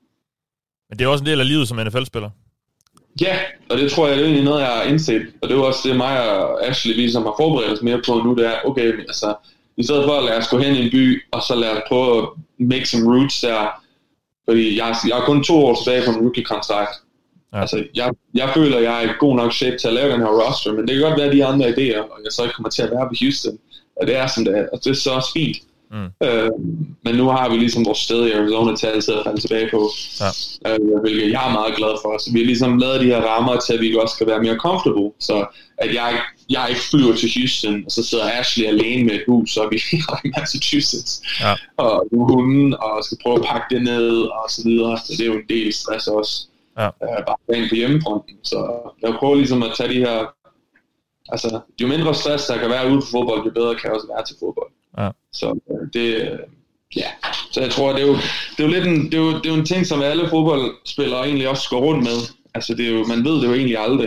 Men det er også en del af livet som N F L-spiller. Ja, og det tror jeg, det er egentlig noget, jeg har indset. Og det er også det, mig og Ashley, vi som har forberedt os mere på nu, det er, okay, altså, i stedet for at lade os gå hen i en by, og så lade os prøve at make some roots der. Fordi jeg, jeg er kun to år tilbage på en rookie-kontrakt. Ja. Altså, jeg, jeg føler, at jeg er i god nok shape til at lave den her roster, men det kan godt være de andre idéer, og jeg så ikke kommer til at være på Houston. Og det er sådan, det er. Og det er så også fint. Mm. Øh, men nu har vi ligesom vores sted i Arizona til altid at falde tilbage på. Ja. Øh, hvilket jeg er meget glad for. Så vi har ligesom lavet de her rammer til, at vi også skal være mere comfortable. Så at jeg, jeg ikke flyver til Houston, og så sidder Ashley alene med et hus, og vi er i Massachusetts. Ja. Og hunden, og skal prøve at pakke det ned, og så videre. Så det er jo en del stress også. Ja. Øh, bare rent på hjemmefronten. Så jeg prøver ligesom at tage de her... Altså, jo mindre stress der kan være ude for fodbold, jo bedre kan jeg også være til fodbold. Ja. Så det, ja, så jeg tror, det er jo, det er jo lidt en, det er jo, det er jo en ting, som alle fodboldspillere egentlig også går rundt med. Altså, det er jo, man ved det jo egentlig aldrig.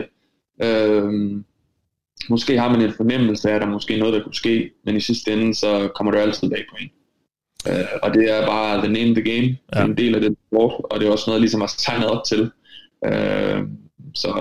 Øhm, måske har man en fornemmelse af, at der måske er noget, der kunne ske, men i sidste ende, så kommer det altid bag på en. Øh, og det er bare the name of the game. Ja. Det er en del af den sport, og det er også noget, ligesom at tegne op til. Øh, så,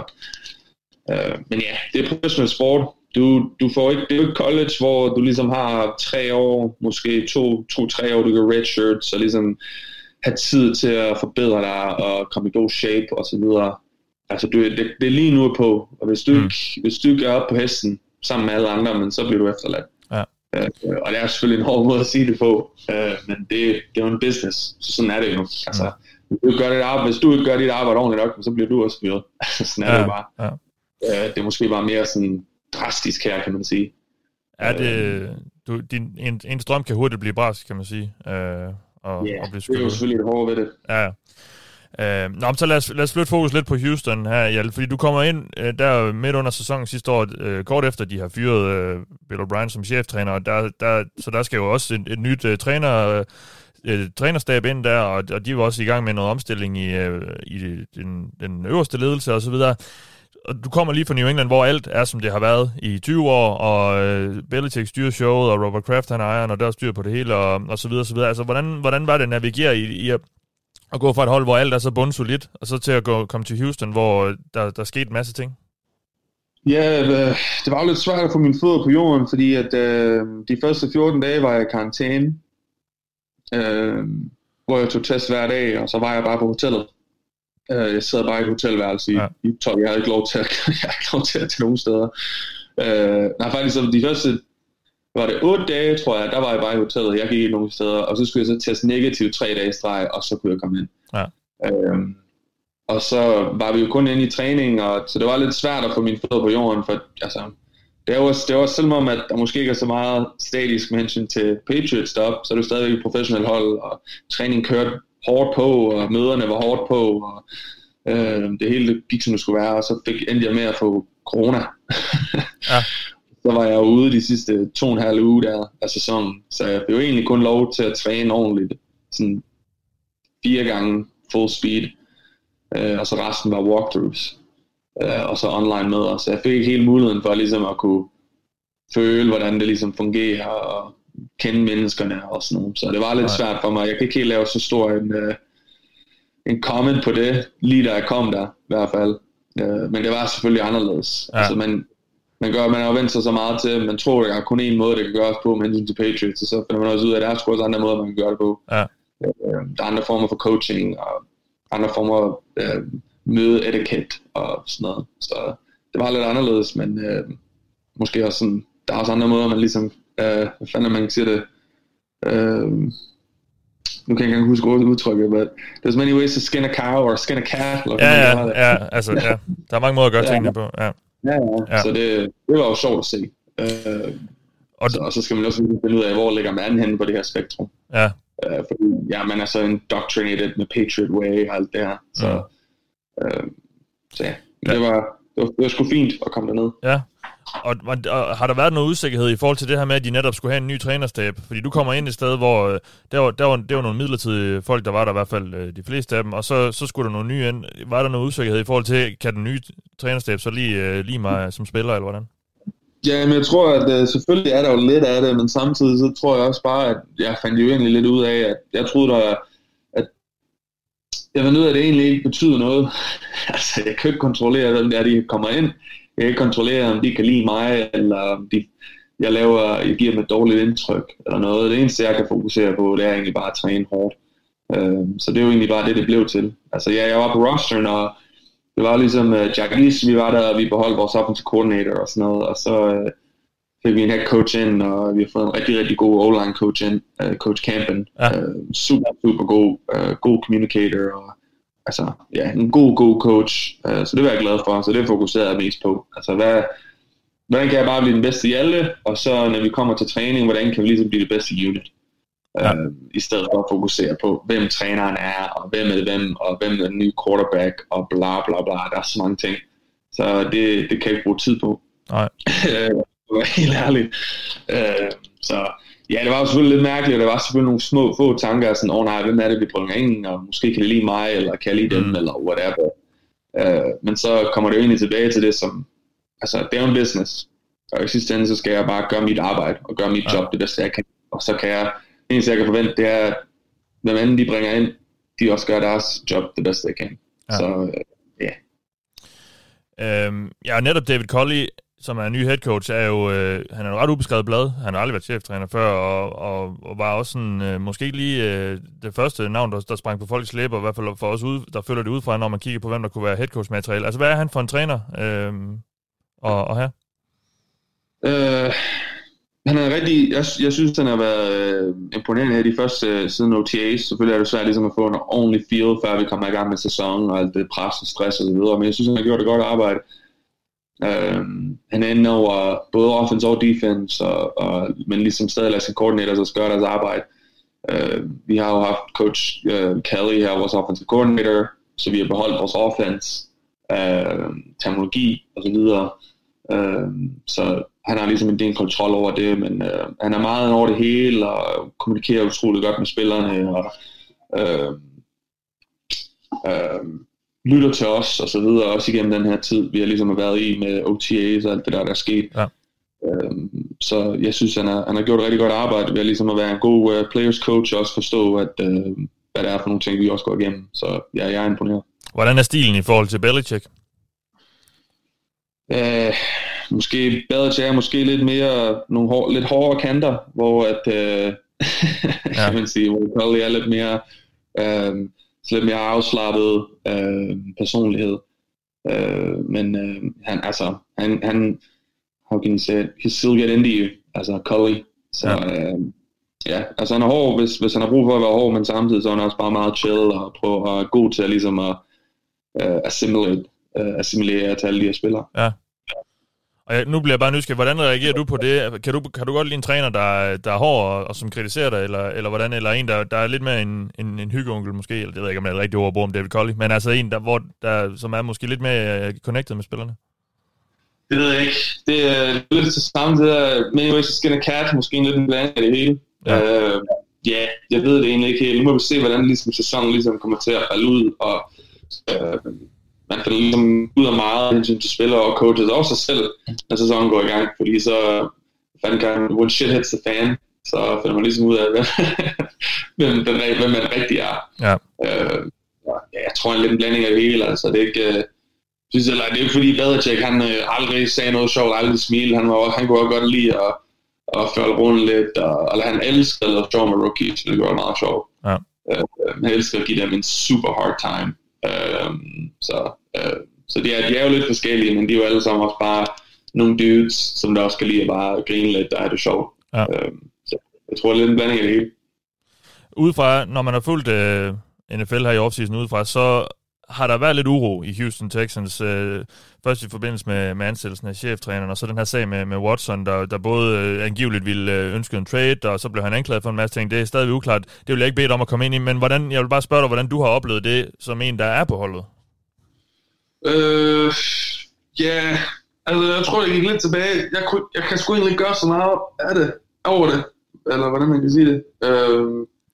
øh, men ja, det er professionel sport. Du, du får ikke, det er jo ikke college, hvor du ligesom har tre år, måske to, to, tre år, du kan redshirt, så ligesom have tid til at forbedre dig og komme i god shape og så videre. Altså, du, det, det er lige nu på, og hvis du, mm. ikke, hvis du ikke er oppe på hesten sammen med alle andre, men så bliver du efterladt. Ja. Uh, og det er selvfølgelig en hård måde at sige det på, uh, men det, det er jo en business, så sådan er det jo. Altså, mm. hvis, du gør dit arbejde, hvis du ikke gør dit arbejde ordentligt nok, så bliver du også fyret. Sådan er ja. det jo bare. Ja. Uh, det er måske bare mere sådan drastisk her, kan man sige. Ja, det, du, din, en, en strøm kan hurtigt blive brask, kan man sige. Øh, og, yeah, og blive det er jo selvfølgelig det hårde ved det. Ja, Uh, nå, så lad os, lad os flytte fokus lidt på Houston her, Hjalte, fordi du kommer ind uh, der midt under sæsonen sidste år, uh, kort efter de har fyret uh, Bill O'Brien som cheftræner, og der, der, så der skal jo også et, et nyt uh, træner, uh, trænerstab ind der, og, og de var også i gang med noget omstilling i, uh, i den, den øverste ledelse og så videre. Og du kommer lige fra New England, hvor alt er, som det har været i tyve år, og øh, Belichick styrer showet, og Robert Kraft, han er ejeren, og der styr på det hele, og, og så videre, så videre. Altså, hvordan, hvordan var det at navigere i, i at, at gå fra et hold, hvor alt er så bundsolidt, og så til at gå, komme til Houston, hvor der, der skete en masse ting? Ja, det var jo lidt svært at få mine fødder på jorden, fordi at øh, de første fjorten dage var jeg i karantæne, øh, hvor jeg tog test hver dag, og så var jeg bare på hotellet. Jeg sad bare i et hotelværelse i, ja. i tolv. Jeg havde ikke lov til at, jeg havde ikke lov til at til nogen steder. Uh, nej, faktisk så de første, var det otte dage, tror jeg, der var jeg bare i hotellet. Jeg gik ikke nogen steder, og så skulle jeg så teste negativt tre dage i streg, og så kunne jeg komme ind. Ja. Uh, og så var vi jo kun inde i træning, og så det var lidt svært at få mine fødder på jorden, for altså, det var, det var selvom at der måske ikke er så meget statisk med hensyn til Patriots stop, så er det stadigvæk et professionelt hold, og træning kørte hårdt på, og møderne var hårdt på, og øh, det hele gik som det skulle være, og så fik endte jeg med at få corona. Ja. Så var jeg ude de sidste to og en halv uge der af sæsonen, så jeg fik jo egentlig kun lov til at træne ordentligt, sådan fire gange full speed, øh, og så resten var walkthroughs, øh, og så online møder, så jeg fik ikke helt muligheden for ligesom at kunne føle, hvordan det ligesom fungerer, og kende menneskerne og sådan noget. Så det var lidt Nej. svært for mig. Jeg kan ikke helt lave så stor en, uh, en comment på det, lige da jeg kom der, i hvert fald. Uh, men det var selvfølgelig anderledes. Ja. Altså, man, man, gør, man har jo vendt sig så meget til, man tror, der er kun én måde, det kan gøres på med hensyn til Patriots, og så finder man også ud af, at der er sgu også andre måder, man kan gøre det på. Ja. Uh, der er andre former for coaching, og andre former for uh, mødeetiket og sådan noget. Så det var lidt anderledes, men uh, måske også sådan, der er også andre måder, man ligesom Uh, hvad fanden man kan sige det uh, nu kan jeg ikke engang huske udtrykket, but there's many ways to skin a cow or skin a cat eller ja, ja, ja, altså, ja, der er mange måder at gøre ja, tingene på ja. Ja, ja, ja. Så det, det var jo sjovt at se uh, og, så, og så skal man også finde ud af, hvor ligger man henne på det her spektrum ja. uh, fordi ja, man er så indoctrinated med Patriot Way og alt det her så, mm. uh, så ja, ja. Det, var, det, var, det var sgu fint at komme derned ja. Og, og har der været noget usikkerhed i forhold til det her med, at de netop skulle have en ny trænerstab? Fordi du kommer ind et sted, hvor øh, der, var, der, var, der var nogle midlertidige folk, der var der i hvert fald øh, de fleste af dem, og så, så skulle der nogle nye ind. Var der noget usikkerhed i forhold til, kan den nye trænerstab så lige, øh, lige mig som spiller, eller hvordan? Ja, men jeg tror, at øh, selvfølgelig er der jo lidt af det, men samtidig så tror jeg også bare, at jeg fandt jo egentlig lidt ud af, at jeg troede, der, at jeg fandt ud af, at det egentlig ikke betyder noget. Altså, jeg kan ikke kontrollere, hvem det er, de kommer ind. Jeg kan ikke kontrollere, om de kan lide mig, eller om de, jeg, laver, jeg giver dem et dårligt indtryk, eller noget. Det eneste, jeg kan fokusere på, det er egentlig bare at træne hårdt. Uh, så det er jo egentlig bare det, det blev til. Altså, ja, jeg var på rosteren, og det var ligesom uh, Jack Lees, vi var der, og vi beholdt vores offensive coordinator og sådan noget, og så uh, fik vi en head coach ind, og vi har fået en rigtig, rigtig god O-line coach ind, uh, Coach Campen. Ja. Uh, super, super god, uh, god communicator, og altså, ja, en god, god coach, uh, så det var jeg glad for, så det fokuserede jeg mest på. Altså, hvad, hvordan kan jeg bare blive den bedste i alle, og så når vi kommer til træning, hvordan kan vi ligesom blive det bedste unit? Ja. Uh, I stedet for at fokusere på, hvem træneren er, og hvem er hvem, og hvem er den nye quarterback, og bla bla bla, der er så mange ting. Så det, det kan jeg ikke bruge tid på. Nej. Det var helt ærligt. Uh, så ja, det var jo selvfølgelig lidt mærkeligt, og der var selvfølgelig nogle små, få tanker, sådan, åh oh, nej, hvem er det, vi bringer ind, og måske kan det lide mig, eller kan jeg lide dem, mm. eller whatever. Uh, men så kommer det jo egentlig tilbage til det, som, altså, det er jo en business, og i sidste ende, så skal jeg bare gøre mit arbejde, og gøre mit ja. job det bedste, jeg kan, og så kan jeg, det eneste, jeg kan forvente, det er, at hvem end de bringer ind, de også gør deres job det bedste, jeg kan. Ja. Så, uh, ja. Øhm, ja, netop David Culley, som er en ny head coach, er jo, øh, han er jo ret ubeskrevet blad. Han har aldrig været cheftræner før, og, og, og var også sådan, øh, måske ikke lige øh, det første navn, der, der sprang på folks læber, i hvert fald for os, ud, der følger det ud fra, når man kigger på, hvem der kunne være head coach materiale. Altså, hvad er han for en træner øh, og, og her? Øh, han er rigtig, jeg, jeg synes, han har været øh, imponerende her de første øh, siden O T A's. Selvfølgelig er det svært ligesom at få en ordentlig feel, før vi kommer i gang med sæsonen, og alt det pres og stress og så videre, men jeg synes, han har gjort et godt arbejde. Um, han er inde over både offense og defense, og, og, men ligesom stadig lader sin coordinator så gøre deres arbejde. Uh, vi har jo haft coach uh, Kelly her, vores offensive coordinator, så vi har beholdt vores offense, øh, terminologi og så videre. Øh, så han har ligesom en del kontrol over det, men øh, han er meget over det hele, og kommunikerer utroligt godt med spillerne, og øh, øh, lytter til os, og så videre, også igennem den her tid, vi har ligesom været i med O T A's og alt det der, der er sket. Ja. Øh, så jeg synes, han har, han har gjort et rigtig godt arbejde ved at ligesom at være en god uh, players coach, og også forstå, at, uh, hvad det er for nogle ting, vi også går igennem. Så ja, jeg er imponeret. Hvordan er stilen i forhold til Belichick? Uh, måske Belichick er måske lidt mere, nogle hår, lidt hårdere kanter, hvor at, uh, ja. kan man sige, hvor Cully er lidt mere, uh, lidt mere afslappet uh, personlighed. Uh, men uh, han, altså, han, han how can you say it? He still get into you, altså Cully. Så ja, øh, ja altså han er hård, hvis, hvis han har brug for at være hård, men samtidig så er han også bare meget chill og prøver at være god til at ligesom at uh, assimilate, uh, assimilere til alle de her spillere. Ja. Og jeg, nu bliver jeg bare nysgerrig, hvordan reagerer du på det? Kan du, kan du godt lide en træner, der, der er hård og, og som kritiserer dig, eller, eller hvordan? Eller en, der, der er lidt mere en, en, en hyggeonkel måske, eller det ved jeg ikke, om det er et rigtigt ord at bruge om David Culley, men altså en, der, hvor, der, som er måske lidt mere connected med spillerne? Det ved jeg ikke. Det er lidt til samme det der, many ways to skin a cat, måske en lidt en blanding af det hele. Ja, uh, yeah, jeg ved det egentlig ikke helt. Nu må vi se, hvordan ligesom, sæsonen ligesom kommer til at falde ud, og uh, man finder ligesom ud af meget hensyn til spillere og coaches, og sig selv, når sæsonen går i gang, fordi så fanden kan, when shit hits the fan, så finder man ligesom ud af, hvem, hvem, hvem, hvem man rigtig er. Ja. Uh, ja, jeg tror en lidt en blanding af det hele, altså det er ikke... Uh, synes, eller, det er ikke fordi Belichick, han øh, aldrig sagde noget sjovt, aldrig smile, han, var, han kunne også godt lide at, at følge rundt lidt, og, eller han elskede at lave sjov med rookies, så det gjorde meget sjovt. Ja. Uh, han elskede at give dem en super hard time. Uh, så uh, så de, er, de er jo lidt forskellige, men de er jo alle sammen også bare nogle dudes, som der også kan lide at bare grine lidt, der er det sjovt. Ja. Uh, så jeg tror, det er lidt en blanding af det hele. Udefra, når man har fulgt uh, N F L her i offseason udefra, så har der været lidt uro i Houston Texans, øh, først i forbindelse med, med ansættelsen af cheftræneren, og så den her sag med, med Watson, der, der både øh, angiveligt ville øh, ønske en trade, og så blev han anklaget for en masse ting. Det er stadig uklart. Det vil jeg ikke bede dig om at komme ind i, men hvordan, jeg vil bare spørge dig, hvordan du har oplevet det som en, der er på holdet? Øh, ja, yeah. altså jeg tror, jeg gik lidt tilbage. Jeg, kunne, jeg kan sgu egentlig gøre så meget af det, over det, eller hvordan man kan sige det. Øh,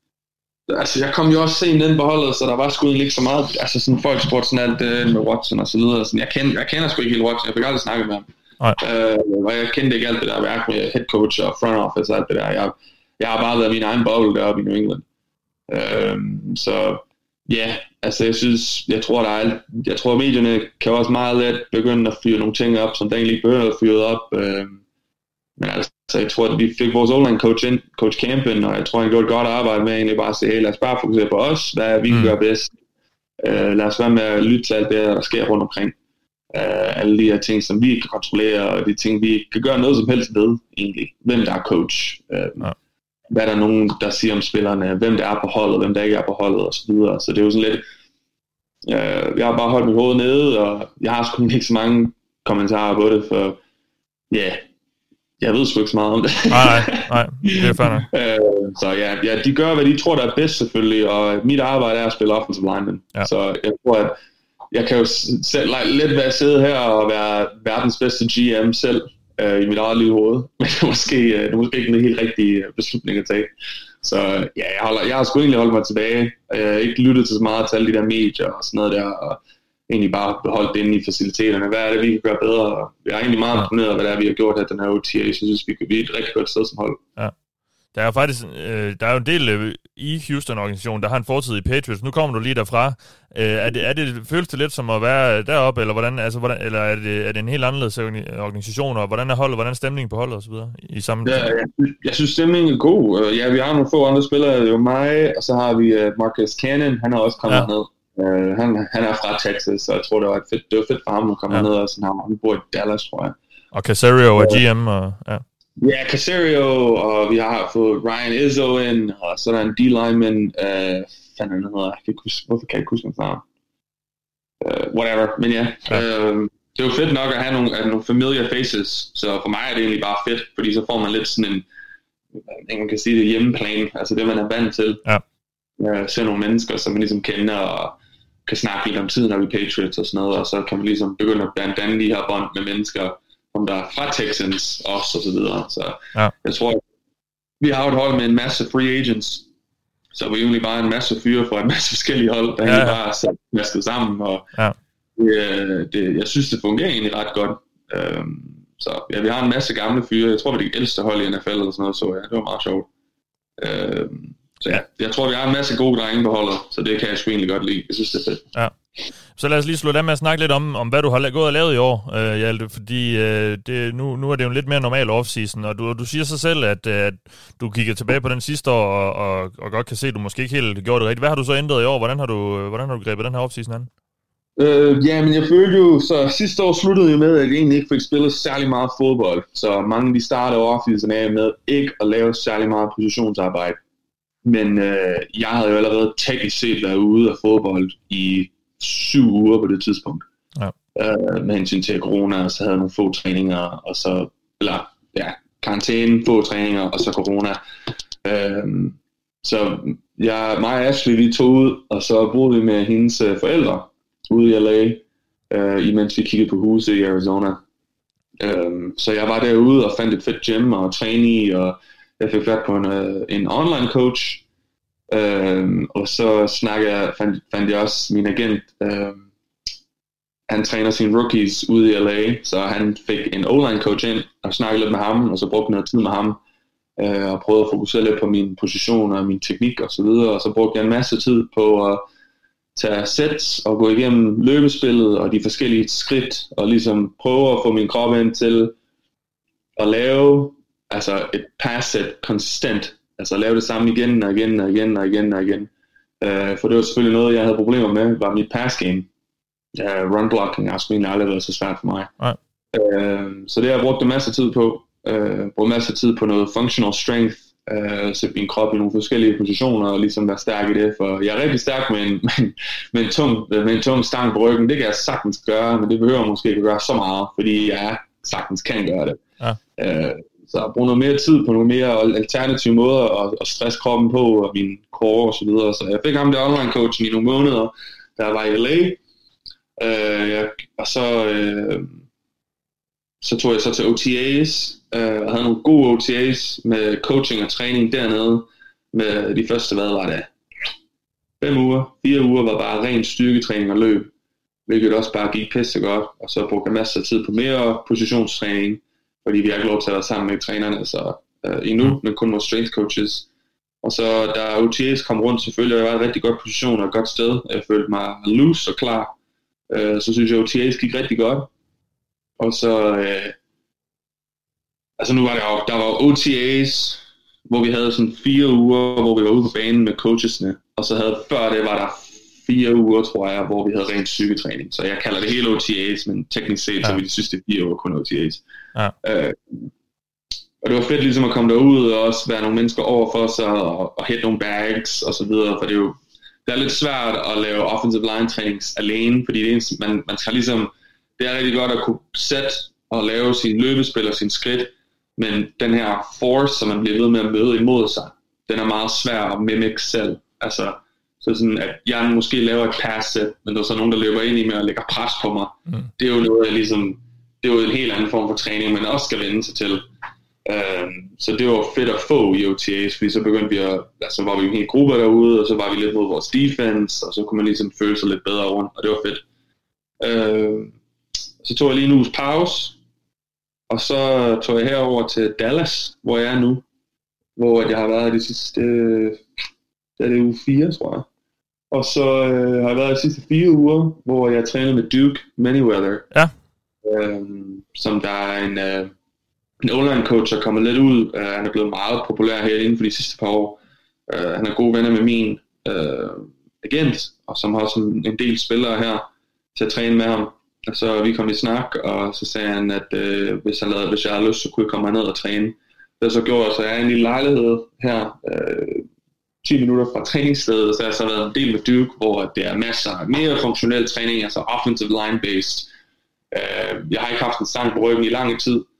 Altså, jeg kom jo også sent ind på holdet, så der var sgu egentlig ikke så meget, altså sådan folk spurgte sådan alt det med Watson og så videre, sådan, jeg kender, jeg kender sgu ikke helt Watson, jeg fik aldrig snakket med ham, øh, og jeg kendte ikke alt det der værk med head coach og front office og alt det der, jeg, jeg har bare været min egen boble deroppe i New England, øh, så ja, yeah, altså jeg synes, jeg tror der er, jeg tror medierne kan også meget let begynde at fyre nogle ting op, som der egentlig ikke behøver at fyre op, øh, men altså, jeg tror, at vi fik vores online coach ind, coach Campen, og jeg tror, han gjorde et godt arbejde med egentlig bare at sige, hey, lad os bare fokusere på os, hvad vi kan mm. gøre bedst. Uh, lad os være med at lytte til alt det, der sker rundt omkring. Uh, alle de her ting, som vi ikke kan kontrollere, og de ting, vi kan gøre noget som helst ved, egentlig. Hvem der er coach, uh, ja. Hvad der er nogen, der siger om spillerne, hvem der er på holdet, hvem der ikke er på holdet, og så videre. Så det er jo sådan lidt, uh, jeg har bare holdt mit hoved nede, og jeg har sgu ikke så mange kommentarer på det, for ja, yeah, jeg ved sgu ikke så meget om det. Nej, nej, det er fair nok. øh, så ja, ja, de gør, hvad de tror, der er bedst selvfølgelig, og mit arbejde er at spille offensive lineman. Ja. Så jeg tror, at jeg kan jo selv lidt være sidde her og være verdens bedste G M selv øh, i mit eget lille hoved, men det er måske, øh, det er måske ikke en helt rigtig beslutning at tage. Så ja, jeg, holder, jeg har sgu egentlig holdt mig tilbage. Jeg har ikke lyttet til så meget til alle de der medier og sådan noget der, og egentlig bare beholdt det inde i faciliteterne. Hvad er det, vi kan gøre bedre? Jeg er egentlig meget imponeret af, hvad det er, vi har gjort her den her O T A. Jeg synes, vi kan blive et rigtig godt sted som hold. Ja. Der er jo faktisk øh, der er jo en del øh, i Houston-organisationen, der har en fortid i Patriots. Nu kommer du lige derfra. Øh, er det, er det, føles det lidt som at være deroppe, eller, hvordan, altså, hvordan, eller er, det, er det en helt anderledes organisation, og hvordan er holdet, hvordan er stemningen på holdet osv.? I samme ja, jeg, jeg synes, stemningen er god. Ja, vi har nogle få andre spillere, det er jo mig, og så har vi uh, Marcus Cannon, han er også kommet ja. ned. Uh, han, han er fra Texas, så jeg tror, det var, fedt, det var fedt for ham at komme ja. ned, og sådan her. Han bor i Dallas, tror jeg. Og Caserio og G M, og ja. Ja, Caserio, og vi har fået Ryan Izzo ind, og så er der en D-lineman, øh, fanden han hedder, jeg kan ikke huske, hvorfor kan jeg ikke huske hans navn? Uh, whatever, men ja, ja. Øh, det er jo fedt nok at have nogle, at nogle familiar faces, så for mig er det egentlig bare fedt, fordi så får man lidt sådan en, man kan sige det, hjemmeplan, altså det man er vant til. Ja. Uh, se nogle mennesker, som man ligesom kender, og kan snakke lidt om tiden, når vi Patriots og sådan noget, og så kan man ligesom begynde at danne de her bånd med mennesker, om der er fra Texans også, og så videre. Så ja. Jeg tror, vi har et hold med en masse free agents, så vi er egentlig bare en masse fyre fra en masse forskellige hold, der ja, ja. bare er sat masket sammen, og ja. det, det, jeg synes, det fungerer egentlig ret godt. Um, så ja, vi har en masse gamle fyre. Jeg tror, vi er det ældste hold i N F L eller sådan noget, så ja, det var meget sjovt. Um, så ja, jeg tror, vi har en masse gode drenge på holdet, så det kan jeg sgu egentlig godt lide. Jeg synes, det er fedt. Ja. Så lad os lige slutte af med at snakke lidt om, om hvad du har gået og lavet i år, øh, Hjalte, fordi øh, det, nu, nu er det jo en lidt mere normal off-season, og du, du siger så selv, at, at du kigger tilbage på den sidste år, og, og, og godt kan se, at du måske ikke helt gjorde det rigtigt. Hvad har du så ændret i år? Hvordan har du, hvordan har du grebet den her off-season an? Øh, ja, men jeg følte jo, så sidste år sluttede jo med, at jeg egentlig ikke fik spillet særlig meget fodbold, så mange de startede off-season af med ikke at lave særlig meget positionsarbejde. Men øh, jeg havde jo allerede teknisk set været ude af fodbold i syv uger på det tidspunkt. Ja. Øh, med hensyn til corona, og så havde jeg nogle få træninger, og så, eller ja, karantæne, få træninger, og så corona. Øh, så jeg, mig og Ashley, vi tog ud, og så boede vi med hendes øh, forældre ude i L A, øh, imens vi kiggede på huset i Arizona. Øh, så jeg var derude og fandt et fedt gym og trainee, og jeg fik fat på en, uh, en online coach, uh, og så snakkede jeg, fandt, fandt jeg også min agent. Uh, han træner sine rookies ude i L A, så han fik en online coach ind og snakkede lidt med ham, og så brugte noget tid med ham, uh, og prøvede at fokusere lidt på min position og min teknik og så videre, og så brugte jeg en masse tid på at tage sets og gå igennem løbespillet og de forskellige skridt, og ligesom prøve at få min krop ind til at lave altså et pass-set konsistent, altså lave det samme igen og igen og igen og igen og igen. Uh, for det var selvfølgelig noget, jeg havde problemer med, var mit pass-game. Uh, run-blocking har sgu egentlig aldrig været så svært for mig. Nej. Uh, så det har jeg brugt en masse tid på. Uh, brugt en masse tid på noget functional strength, uh, sætte min krop i nogle forskellige positioner og ligesom være stærk i det, for jeg er rigtig stærk med en, med en, med en, tung, med en tung stang på ryggen. Det kan jeg sagtens gøre, men det behøver måske ikke at gøre så meget, fordi jeg sagtens kan gøre det. Ja. Uh, Så jeg bruger noget mere tid på nogle mere alternative måder at, at stresse kroppen på, og min core og så videre. Så jeg fik ham der online coaching i nogle måneder, da jeg var i L A. Uh, ja, og så, uh, så tog jeg så til O T A's, uh, og havde nogle gode O T A's med coaching og træning dernede. Med de første, hvad var det? Fem uger, fire uger var bare ren styrketræning og løb, hvilket også bare gik pisse godt. Og så brugte jeg masser af tid på mere positionstræning, fordi vi har ikke lov til at være sammen med trænerne, så uh, endnu, men kun vores strength coaches. Og så da O T A's kom rundt, selvfølgelig var jeg i en rigtig godt position og et godt sted. Jeg følte mig loose og klar. Uh, så synes jeg, O T A's gik rigtig godt. Og så, uh, altså nu var der jo, der var O T A's, hvor vi havde sådan fire uger, hvor vi var ude på banen med coachesne. Og så havde, før det var der fire uger, tror jeg, hvor vi havde rent psyketræning. Så jeg kalder det hele O T A's, men teknisk set, ja. Så vi de sidste fire uger kun O T A's. Ja. Uh, og det var fedt ligesom at komme derud og også være nogle mennesker over for sig og, og hætte nogle bags og så videre, for det er jo det er lidt svært at lave offensive line trainings alene, fordi det er, man, man skal ligesom, det er rigtig godt at kunne sætte og lave sin løbespil og sin skridt, men den her force, som man bliver ved med at møde imod sig, den er meget svær at mimikke selv. Altså, så sådan at jeg måske laver et pass-set, men der er så nogen, der løber ind i mig og lægger pres på mig. Mm. Det er jo noget, jeg ligesom, det er jo en helt anden form for træning, man også skal vende sig til. Um, så det var fedt at få i O T A's, fordi så begyndte vi at, altså var vi en hel gruppe derude, og så var vi lidt mod vores defense, og så kunne man ligesom føle sig lidt bedre rundt, og det var fedt. Uh, så tog jeg lige en uges pause, og så tog jeg herover til Dallas, hvor jeg er nu, hvor jeg har været de sidste, det er det uge fire, tror jeg. Og så uh, har jeg været de sidste fire uger, hvor jeg trænede med Duke Manyweather, ja. um, som der er en... Uh, En online coach er kommet lidt ud. Uh, han er blevet meget populær her inden for de sidste par år. Uh, han er gode venner med min uh, agent, og som har også en, en del spillere her til at træne med ham. Og så vi kom i snak, og så sagde han, at uh, hvis, han lavede, hvis jeg havde lyst, så kunne jeg komme ned og træne. Det har så gjort, så jeg er en lille lejlighed her, uh, ti minutter fra træningsstedet, så jeg har så været en del med Duke, hvor det er masser af mere funktionel træning, altså offensive line-based. Uh, jeg har ikke haft en stang på ryggen i lang tid,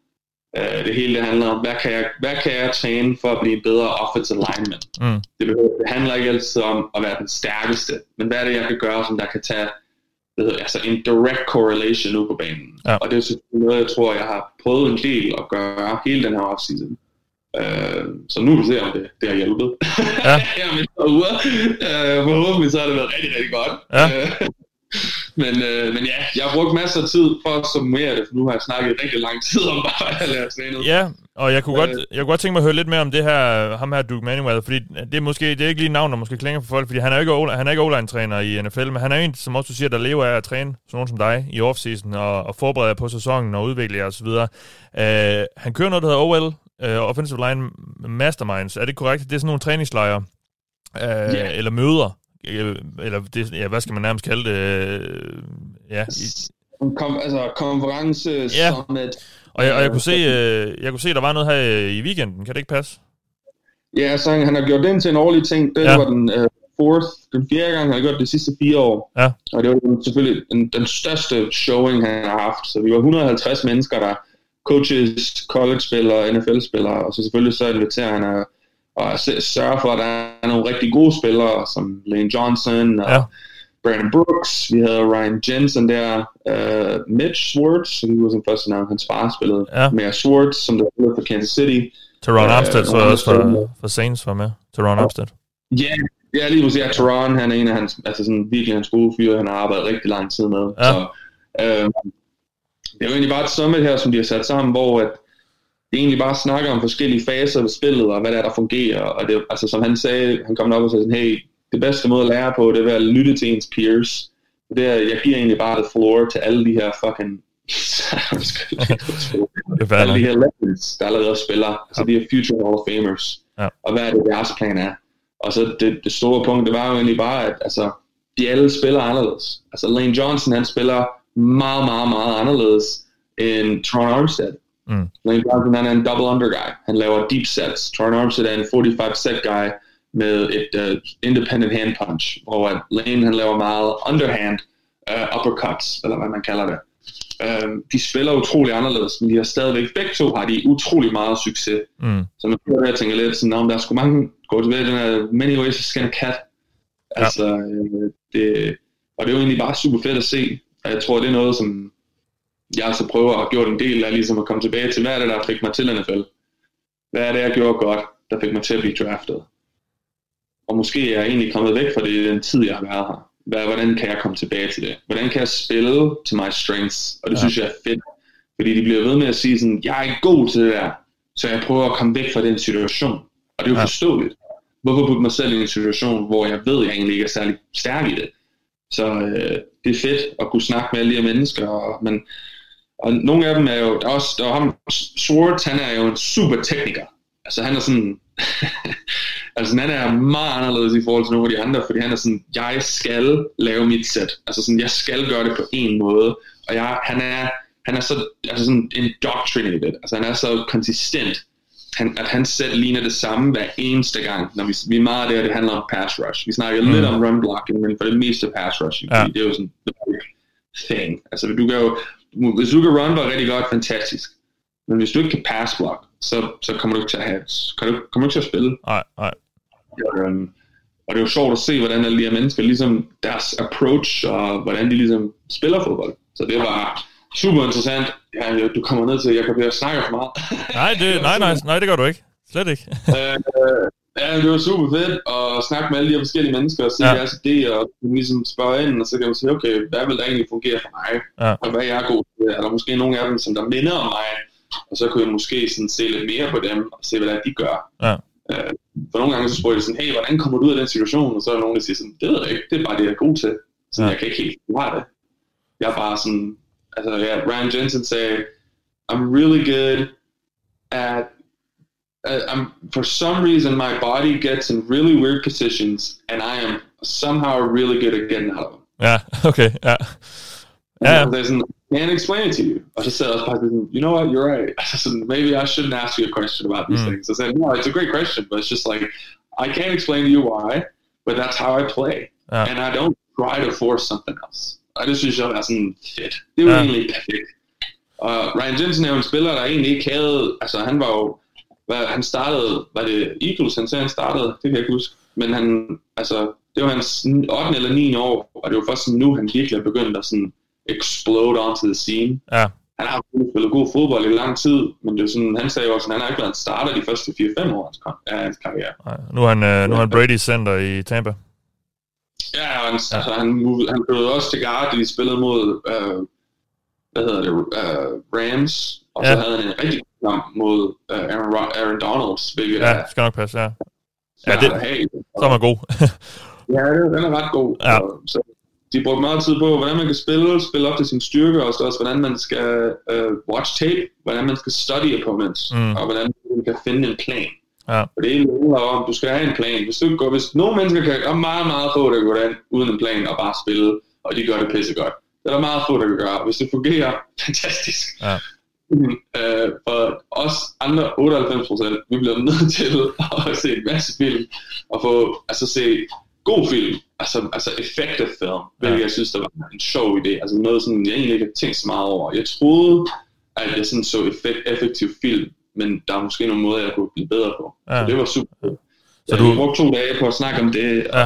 Uh, det hele det handler om, hvad kan, jeg, hvad kan jeg træne for at blive en bedre offensive lineman? Mm. Det, behøver, det handler ikke altid om at være den stærkeste, men hvad er det, jeg kan gøre, som der kan tage ved, altså en direct correlation ud på banen. Ja. Og det er selvfølgelig noget, jeg tror, jeg har prøvet en del at gøre hele den her offseason. Uh, så nu vil vi se, om det, det har hjulpet. Ja. Her med et par uger. Uh, forhåbentlig så har det været rigtig, rigtig godt. Ja. Uh, men, uh, men ja, jeg har brugt masser af tid for at summere det, for nu har jeg snakket rigtig lang tid om bare at lære at træne. Ja, og jeg kunne, godt, jeg kunne godt tænke mig at høre lidt mere om det her, ham her Duke Manyweather, fordi det er måske det er ikke lige navn, der måske klinger for folk, fordi han er jo ikke, han er ikke O-line-træner i N F L, men han er jo en, som også du siger, der lever af at træne sådan nogen som dig i offseason og, og forbereder på sæsonen og udvikle jer osv. Uh, han kører noget, der hedder O L, uh, Offensive Line Masterminds. Er det korrekt? Det er sådan nogle træningslejre uh, yeah. eller møder, eller det, ja, hvad skal man nærmest kalde det? Uh, ja. Kom, altså konference, ja. Summit. Og jeg, og jeg kunne se, øh, jeg kunne se, der var noget her i weekenden. Kan det ikke passe? Ja, så han, han har gjort den til en årlig ting. Det ja. var den uh, fourth, den fjerde gang, han har gjort det de sidste fire år. Ja. Og det var den, selvfølgelig den, den største showing, han har haft. Så vi var et hundrede og halvtreds mennesker, der coaches, college-spillere, N F L-spillere, og så selvfølgelig så inviterer han at, at sørge for, at der er nogle rigtig gode spillere, som Lane Johnson og ja. Brandon Brooks, vi havde Ryan Jensen der, uh, Mitch Schwartz, som var som første navn, hans far spillede, ja. Mayor Schwartz, som der spillede for Kansas City. Teron Armstead, så også for, for Saints var med. Teron Armstead. Ja, yeah, ja, lige præcis. Ja, Teron, han er en af hans, altså sådan virkelig hans gode fyre, han har arbejdet rigtig lang tid med. Ja. Så, øh, det er jo egentlig bare et summit her, som de har sat sammen, hvor at det egentlig bare snakker om forskellige faser ved spillet, og hvad der er, der fungerer. Og det, altså som han sagde, han kom op og sagde sådan, hey, det bedste måde at lære på, det er at lytte til ens peers. Det er, jeg giver egentlig bare the floor til alle de her fucking alle de her legends, der allerede spiller, ja. Altså de her future Hall of Famers, ja. Og hvad er det, deres plan er. Og så det, det store punkt, det var jo egentlig bare, at altså, de alle spiller anderledes. Altså Lane Johnson, han spiller meget, meget, meget anderledes end Teron Armstead. Mm. Lane Johnson, han er en double under guy. Han laver deep sets. Teron Armstead er en forty-five set guy med et uh, independent hand punch, hvor Lane han laver meget underhand uh, uppercuts, eller hvad man kalder det. Uh, de spiller utrolig anderledes, men de har stadigvæk, begge to har de utrolig meget succes. Mm. Så man prøver at tænke lidt sådan, om der er sgu mange, gå tilbage den her many ways to skin a cat. Ja. Altså, uh, det, og det er jo egentlig bare super fedt at se, og jeg tror, det er noget, som jeg så prøver at have gjort en del af, ligesom at komme tilbage til, hvad er det, der fik mig til N F L? Hvad er det, jeg gjorde godt, der fik mig til at blive draftet? Og måske er jeg egentlig kommet væk fra det i den tid, jeg har været her. Hvad, hvordan kan jeg komme tilbage til det? Hvordan kan jeg spille til my strengths? Og det ja. Synes jeg er fedt. Fordi de bliver ved med at sige sådan, jeg er ikke god til det der. Så jeg prøver at komme væk fra den situation. Og det er jo ja. Forståeligt. Hvorfor putte mig selv i en situation, hvor jeg ved, at jeg egentlig ikke er særlig stærk i det? Så øh, det er fedt at kunne snakke med alle de her mennesker. Og, men, og nogle af dem er jo, der er også, der er ham, Schwartz, han er jo en super tekniker. Altså han er sådan... Altså han er meget anderledes i forhold til nogle af de andre, fordi han er sådan, jeg skal lave mit sæt. Altså sådan, jeg skal gøre det på en måde. Og jeg, han er, han er så, altså sådan indoctrinated. Altså han er så konsistent, han, at han sæt ligner det samme hver eneste gang. Når vi, vi er meget der, det handler om pass rush. Vi snakker mm. lidt om run blocking, men for det meste pass rush. Ja. Det er jo sådan en thing. Altså du kan jo, hvis du kan run, var rigtig godt, fantastisk. Men hvis du ikke kan pass block, så, så kommer du ikke til at have, kan du, kommer du ikke til at spille. Nej, nej. Um, og det er jo sjovt at se, hvordan alle de her mennesker, ligesom deres approach, og hvordan de ligesom spiller fodbold. Så det var super interessant. Ja, du kommer ned til, jeg kan blive snakke for meget. Nej, det, nej, nej, nej, det gør du ikke. Slet ikke. uh, ja, det var super fedt at snakke med alle de her forskellige mennesker, og se ja. Deres idéer, og ligesom spørge ind, og så kan man sige, okay, hvad vil der egentlig fungere for mig? Ja. Og hvad er jeg god til? Er der måske nogle af dem, som der minder om mig? Og så kunne jeg måske sådan se lidt mere på dem, og se, hvad de gør. Ja. Uh, for nogle gange så spørger jeg sådan, hey, hvordan kommer du ud af den situation? Og så er der nogen, der siger sådan, det ved jeg ikke, det er bare det, jeg er god til. Så ja. Jeg kan ikke helt forklare det. Jeg er bare sådan, altså ja, Ryan Jensen sagde, I'm really good at, uh, I'm, for some reason my body gets in really weird positions, and I am somehow really good at getting out of them. Ja, okay, ja. Yeah. There's an, I can't explain it to you. I just said, I was like, you know what, you're right. I said, maybe I shouldn't ask you a question about these mm. things. I said, no, it's a great question, but it's just like, I can't explain to you why, but that's how I play. Yeah. And I don't try to force something else. I just synes, jeg er sådan fedt. Det er jo egentlig perfekt. Og Ryan Jensen er jo en spiller, der egentlig ikke havde, altså han var jo, hvad, han startede, var det Eagles, han sagde han startede, det kan jeg ikke huske, men han, altså, det var hans ottende eller niende år, og det var først nu, han virkelig er begyndt at sådan explode onto the scene. Ja. Han har spillet god fodbold i lang tid, men det er sådan, han sagde jo også, at han har ikke været en starter de første fire fem år af hans karriere. Nej, nu er han, øh, nu er han Brady center i Tampa. Ja, og han, ja. Altså, han, han blev også til guard, da de spillede mod, øh, hvad hedder det, øh, Rams, og ja. Så havde han en rigtig god kamp mod øh, Aaron, Aaron Donalds, hvilket ja, er... skal nok passe, ja. Ja, det, så er man god. Ja, den er ret god. Ja. Og, så de brugte meget tid på, hvordan man kan spille, spille op til sin styrke, og så også, hvordan man skal uh, watch tape, hvordan man skal study opponents, mm. og hvordan man kan finde en plan. Ja. Og det er egentlig om, du skal have en plan. Hvis, du går, hvis nogle mennesker kan, der er meget, meget få, der kan gå den uden en plan og bare spille, og de gør det pissegodt. Det er der meget få, der kan gøre. Hvis det fungerer, fantastisk. Ja. uh, for os andre otteoghalvfems procent, vi bliver nødt til at se en masse film, og få, altså se god film, altså, altså effective film, hvilket ja. Jeg synes, der var en sjov idé, altså noget sådan, jeg egentlig ikke har tænkt så meget over. Jeg troede, at jeg sådan så effekt, effektiv film, men der er måske nogle måder, jeg kunne blive bedre på. Ja. Så det var super. Ja. Så du... Jeg brugte to dage på at snakke om det, og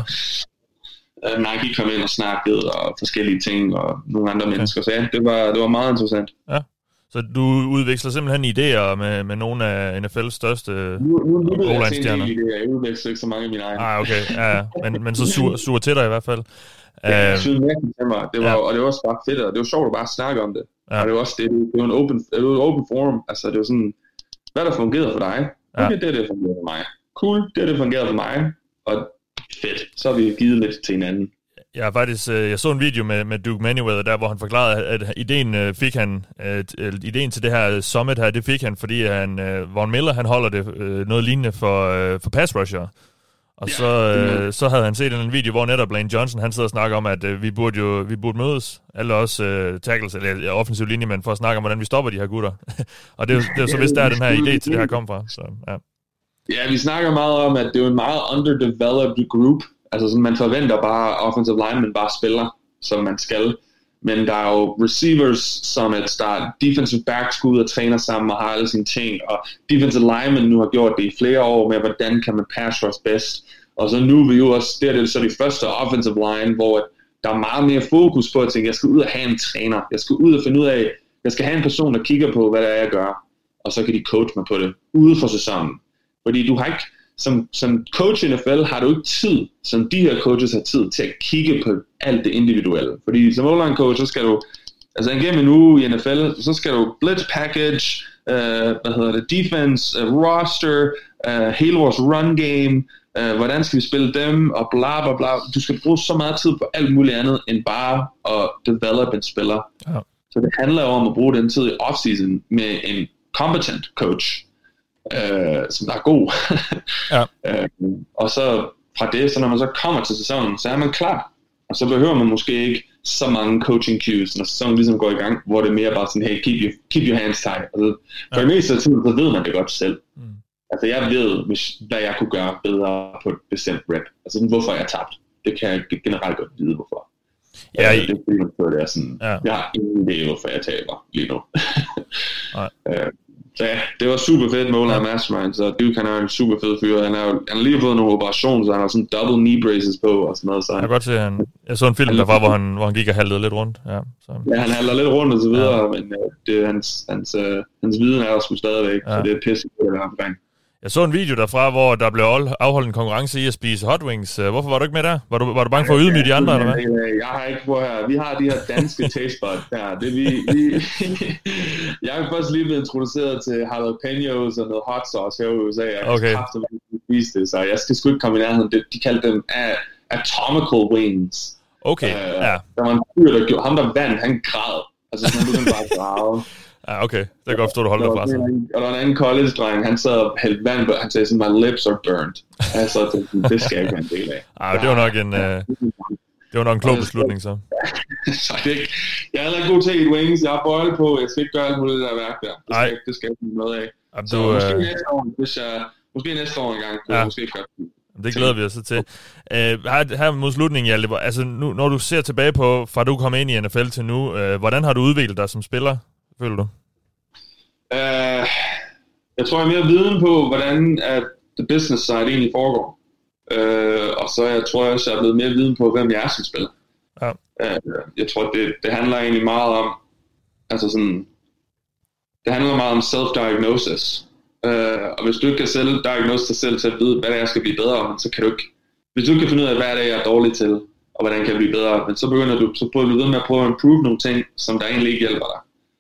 ja. Nike kom ind og snakkede, og forskellige ting, og nogle andre okay. mennesker, så ja, det var, det var meget interessant. Ja. Så du udveksler simpelthen idéer med, med nogle af N F L's største O-line-stjerner? Jeg udveksler ikke så mange af mine egne. Ah, okay. Ja, men, men så sur, sur til dig i hvert fald. Ja, jeg synes virkelig til mig. Det var, ja. Og det var også bare fedt, og det var sjovt at bare snakke om det. Ja. Og det var også det, det var en open, det var en open forum. Altså, det var sådan, hvad der fungerede for dig? Okay, ja. Det er det, der fungerede for mig. Cool, det er det, der fungerede for mig. Og fedt, så har vi givet lidt til hinanden. Ja, faktisk, jeg så en video med, med Duke Manyweather, der hvor han forklarede, at ideen fik han, at ideen til det her summit her, det fik han, fordi han, Von Miller, han holder det noget lignende for, for pass rusher. Og ja, så, øh, så havde han set en video, hvor netop Lane Johnson, han sidder og snakker om, at øh, vi burde jo vi burde mødes, alle også øh, tackles, eller offensiv linjemænd, for at snakke om, hvordan vi stopper de her gutter. Og det er jo, det er jo så vist, der er den her idé til det her kom fra. Så, ja. Ja, vi snakker meget om, at det er en meget underdeveloped group. Altså sådan, man forventer bare, offensive linemen bare spiller, som man skal. Men der er jo receivers, som at start defensive backs går ud og træner sammen og har alle sine ting. Og defensive linemen nu har gjort det i flere år med, hvordan kan man pass rush bedst. Og så nu er vi jo også, det er det så de første offensive line, hvor der er meget mere fokus på at tænke, jeg skal ud og have en træner. Jeg skal ud og finde ud af, jeg skal have en person, der kigger på, hvad det er, jeg gør. Og så kan de coach mig på det, ude for sæsonen. Fordi du har ikke, som, som coach i N F L har du ikke tid, som de her coaches har tid til at kigge på alt det individuelle. Fordi som O-line coach, så skal du, altså gennem en uge i N F L, så skal du blitz package, uh, hvad hedder det, defense, uh, roster, uh, hele vores run game, uh, hvordan skal vi spille dem, og bla bla bla. Du skal bruge så meget tid på alt muligt andet, end bare at develop en spiller. Ja. Så det handler jo om at bruge den tid i offseason med en competent coach, Uh, som der er god. Ja. uh, og så fra det, så når man så kommer til sæsonen, så er man klar. Og så behøver man måske ikke så mange coaching cues, når sæsonen ligesom går i gang, hvor det er mere bare sådan, hey, keep your, keep your hands tight. Altså, for det meste af tiden, så ved man det godt selv. Mm. Altså jeg ved, hvis, hvad jeg kunne gøre bedre på et bestemt rep. Altså hvorfor jeg tabt. Det kan jeg generelt godt vide, hvorfor. Ja, altså, det, det er sådan, ja. Jeg har ingen idé, hvorfor jeg taber lige nu. Nej. uh, Så ja, det var super fedt med O-line Mastermind, så Duke han er en super fed fyr. Han har han lige fået nogle operationer, så han har sådan double knee braces på og sådan noget. Så jeg kan godt se, han, jeg så en film derfra, hvor han, hvor han gik og haltede lidt rundt. Ja, så. Ja, han halder lidt rundt og så videre, ja. Men uh, det, hans, hans, uh, hans viden er der sgu stadigvæk, ja. Så det er pisse godt at være omkring. Jeg så en video derfra, hvor der blev afholdt en konkurrence i at spise hot wings. Hvorfor var du ikke med der? Var du, var du bange for at ydmyge de andre, eller hvad? Jeg har ikke på her. Vi har de her danske taste buds her. Det vi, vi jeg er først lige blevet introduceret til jalapenos og noget hot sauce her i U S A. Jeg kan okay. kraftigt spise det, så jeg skal sgu ikke komme i nærheden. De kaldte dem atomical wings. Okay, uh, ja. Der var en fyr, der gjorde. Ham der vandt, han græd. Altså sådan, han begyndte bare at græde. Ja, okay. Det kan godt forstå, at du holder dig fra sig. Og der var en anden college-dreng, han sad og hældte vand, han sagde sådan, my lips are burnt. Altså, det, det skal jeg ikke være en del af. Ah, det var nok en, uh, det var nok en klog beslutning, så. Så det ikke. Jeg er heller god til at eat wings, jeg har boil på, jeg skal ikke gøre alt muligt der værk der. Det skal, det skal jeg ikke noget af. Jamen, så du, måske, uh... næste år, hvis jeg, måske næste år en gang, kunne ja. Jeg måske gøre det. Det glæder vi os til. Uh, her, her mod slutningen, Hjalte, altså nu, når du ser tilbage på, fra du kom ind i N F L til nu, uh, hvordan har du udviklet dig som spiller, føler du? Uh, jeg tror, jeg er mere viden på, hvordan at the business side egentlig foregår. Uh, og så jeg tror jeg også, jeg er blevet mere viden på, hvem jeg er som spiller. Ja. Uh, jeg tror, det, det handler egentlig meget om, altså sådan, det handler meget om self-diagnosis. Uh, og hvis du ikke kan self-diagnose dig selv til at vide, hvad det er, jeg skal blive bedre om, så kan du ikke, hvis du ikke kan finde ud af, hvad det er, jeg er dårlig til, og hvordan kan jeg blive bedre, men så begynder du, så prøver du ved med at prøve at improve nogle ting, som der egentlig ikke hjælper dig.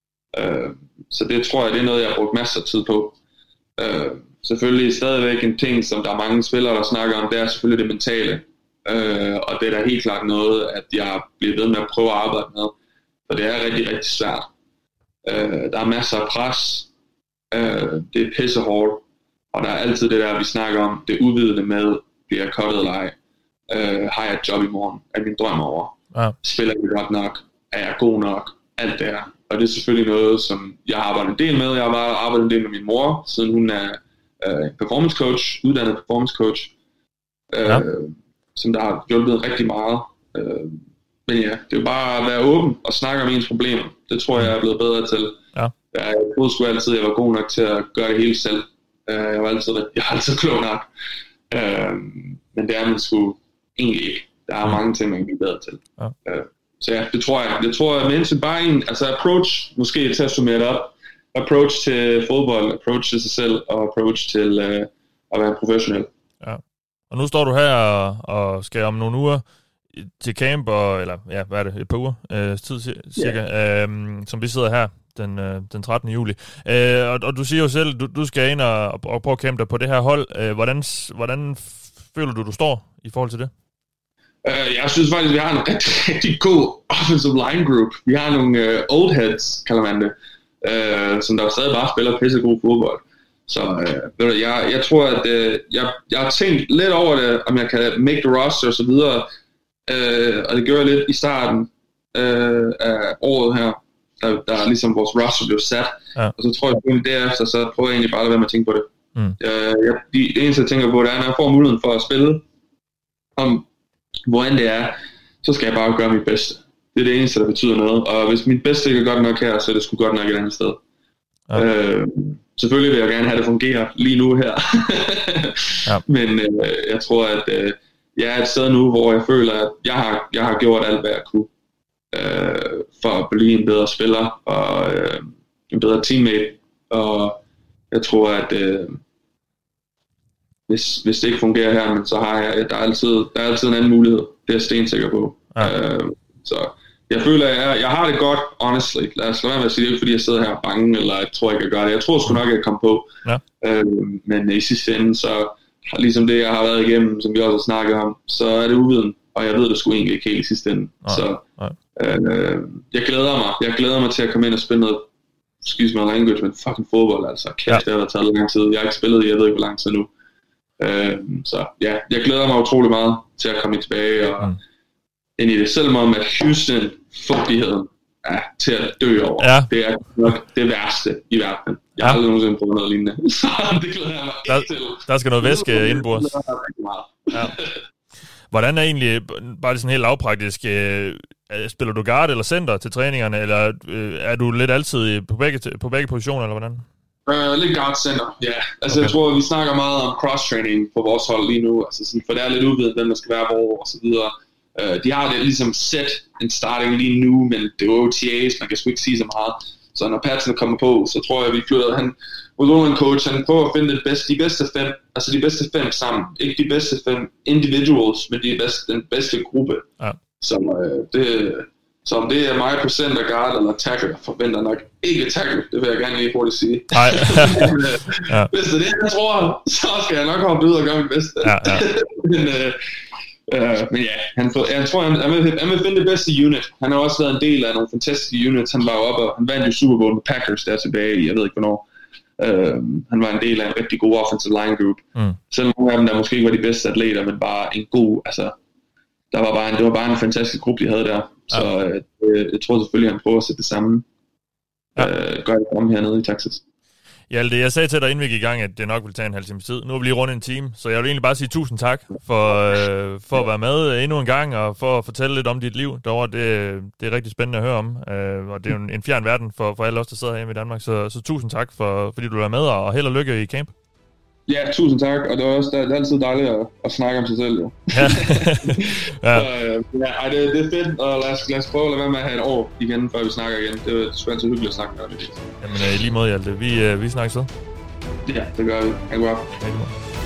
Uh, så det tror jeg, det er noget, jeg har brugt masser af tid på. Uh, selvfølgelig stadigvæk en ting, som der er mange spillere, der snakker om, det er selvfølgelig det mentale. Uh, og det er da helt klart noget, at jeg bliver ved med at prøve at arbejde med, for det er rigtig, rigtig svært. Uh, der er masser af pres, uh, det er pissehårdt, og der er altid det der, vi snakker om, det uvidende med, bliver jeg cuttet eller ej, uh, har jeg et job i morgen, er min drøm over, ja. Spiller jeg godt nok, er jeg god nok, alt det her. Og det er selvfølgelig noget, som jeg har arbejdet en del med. Jeg har bare arbejdet en del med min mor, siden hun er uh, performance coach, uddannet performance coach, uh, ja. Som der har hjulpet rigtig meget. Uh, men ja, det er jo bare at være åben og snakke om ens problemer. Det tror jeg, jeg er blevet bedre til. Ja. Jeg troede sgu altid, at jeg var god nok til at gøre det hele selv. Uh, jeg var altid, jeg er altid klog nok. Uh, men det er man sgu egentlig ikke. Der er mange ting, man kan blive bedre til. Ja. Uh, Så ja, det tror jeg. Jeg tror, at mennesket bare en, altså approach, måske til at summere det op, approach til fodbold, approach til sig selv, og approach til uh, at være professionel. Ja. Og nu står du her og, og skal om nogle uger til camp, og, eller ja, hvad er det, et par uger, øh, tid cirka, yeah. øh, som vi sidder her den, øh, den trettende juli. Øh, og, og du siger jo selv, du, du skal ind og, og prøve at campe dig på det her hold. Øh, hvordan, hvordan føler du, du står i forhold til det? Uh, jeg synes faktisk, vi har en rigtig, rigtig god offensive line group. Vi har nogle uh, old heads, kalder man det, uh, som der stadig bare spiller pissegod fodbold. Så uh, ved du, jeg, jeg tror, at uh, jeg, jeg har tænkt lidt over det, om jeg kan make the roster og så videre. Uh, og det gjorde jeg lidt i starten uh, af året her, der, der ligesom vores roster blev sat. Ja. Og så tror jeg, at derefter, så prøver jeg egentlig bare at lade være med at tænke på det. Mm. Uh, jeg, det eneste, jeg tænker på, det er, når jeg får muligheden for at spille, om hvor end det er, så skal jeg bare gøre mit bedste. Det er det eneste, der betyder noget. Og hvis mit bedste ikke er godt nok her, så er det sgu godt nok et andet sted. Okay. Øh, selvfølgelig vil jeg gerne have det fungere lige nu her. Ja. Men øh, jeg tror, at øh, jeg er et sted nu, hvor jeg føler, at jeg har, jeg har gjort alt, hvad jeg kunne øh, for at blive en bedre spiller og øh, en bedre teammate. Og jeg tror, at øh, Hvis, hvis det ikke fungerer her, men så har jeg, der er altid, der er altid en anden mulighed. Det er jeg stensikker på. Ja. Uh, så jeg føler, at jeg, jeg har det godt, honestly. Lad os lade være med at sige, det ikke fordi jeg sidder her bange, eller jeg tror, jeg kan gøre det. Jeg tror sgu nok, jeg kan komme på. Ja. Uh, men i sidste ende, så ligesom det, jeg har været igennem, som vi også har snakket om, så er det uviden, og jeg ved det sgu egentlig ikke helt i sidste ende. Nej. Så uh, jeg glæder mig. Jeg glæder mig til at komme ind og spille noget, excuse my language, men fucking fodbold, altså. Kæft, ja. Det har taget lang tid. Jeg har ikke spillet i, jeg ved ikke, hvor lang tid nu. Uh, så ja, jeg glæder mig utrolig meget til at komme tilbage og mm. ind i det, selvom at Houston fugtigheden er til at dø over. Ja. Det er nok det værste i verden. Jeg har ja. aldrig nogensinde prøvet noget lignende. Så det glæder jeg mig der, ikke til. Der skal noget væske indbords. Ja. Hvordan er egentlig, bare sådan helt lavpraktisk, øh, spiller du guard eller center til træningerne, eller øh, er du lidt altid på begge, på begge positioner, eller hvordan? Uh, lidt guard center, ja. Yeah. Altså okay. Jeg tror, vi snakker meget om cross-training på vores hold lige nu, altså sådan, for det er lidt uvidt, hvem der skal være hvor, og så videre. Uh, de har det ligesom set en starting lige nu, men det er jo O T A's, man kan sgu ikke sige så meget. Så når Patsen kommer på, så tror jeg, at vi flytter, han, vores coach, han prøver at finde det bedste, de bedste fem, altså de bedste fem sammen. Ikke de bedste fem individuals, men de bedste, den bedste gruppe. Ja. Så uh, det... Så om det er mig på center, guard eller tackle, jeg forventer nok ikke tackle, det vil jeg gerne lige hurtigt sige. Nej. Ja. Hvis det er det, jeg tror, så skal jeg nok hoppe ud og gøre mit bedste. Ja, ja. men, øh, øh, men ja, han, jeg tror, han, han, vil, han vil finde det bedste unit. Han har også været en del af nogle fantastiske units. Han var jo oppe, og han vandt jo Super Bowl med Packers der tilbage i, jeg ved ikke hvornår. Uh, han var en del af en rigtig god offensive line group. Mm. Selvom nogle af dem, der måske ikke var de bedste atleter, men bare en god, altså, der var bare en, det var bare en fantastisk gruppe, de havde der. Så ja. øh, jeg tror selvfølgelig, at han prøver at sætte det samme. Ja. Øh, gør det om hernede i Texas. Hjalte, jeg sagde til dig, inden vi gik i gang, at det nok ville tage en halv times tid. Nu er vi lige rundt en time, så jeg vil egentlig bare sige tusind tak for, øh, for at være med endnu en gang, og for at fortælle lidt om dit liv derovre. Det, det er rigtig spændende at høre om, øh, og det er jo en, en fjern verden for, for alle os, der sidder hjemme i Danmark. Så, så tusind tak, for, fordi du var med, og held og lykke i camp. Ja, tusind tak, og det er også det er altid dejligt at, at snakke om sig selv, jo. Ja. ja. Så, øh, ja ej, det, det er fedt, og lad os, lad os prøve at lade være med at have et år igen, før vi snakker igen. Det er sgu altid hyggeligt at snakke med det. Jamen, i lige måde, Hjalte. Vi, øh, vi snakker så. Ja, det gør vi. Ha' det godt. Ha' det godt.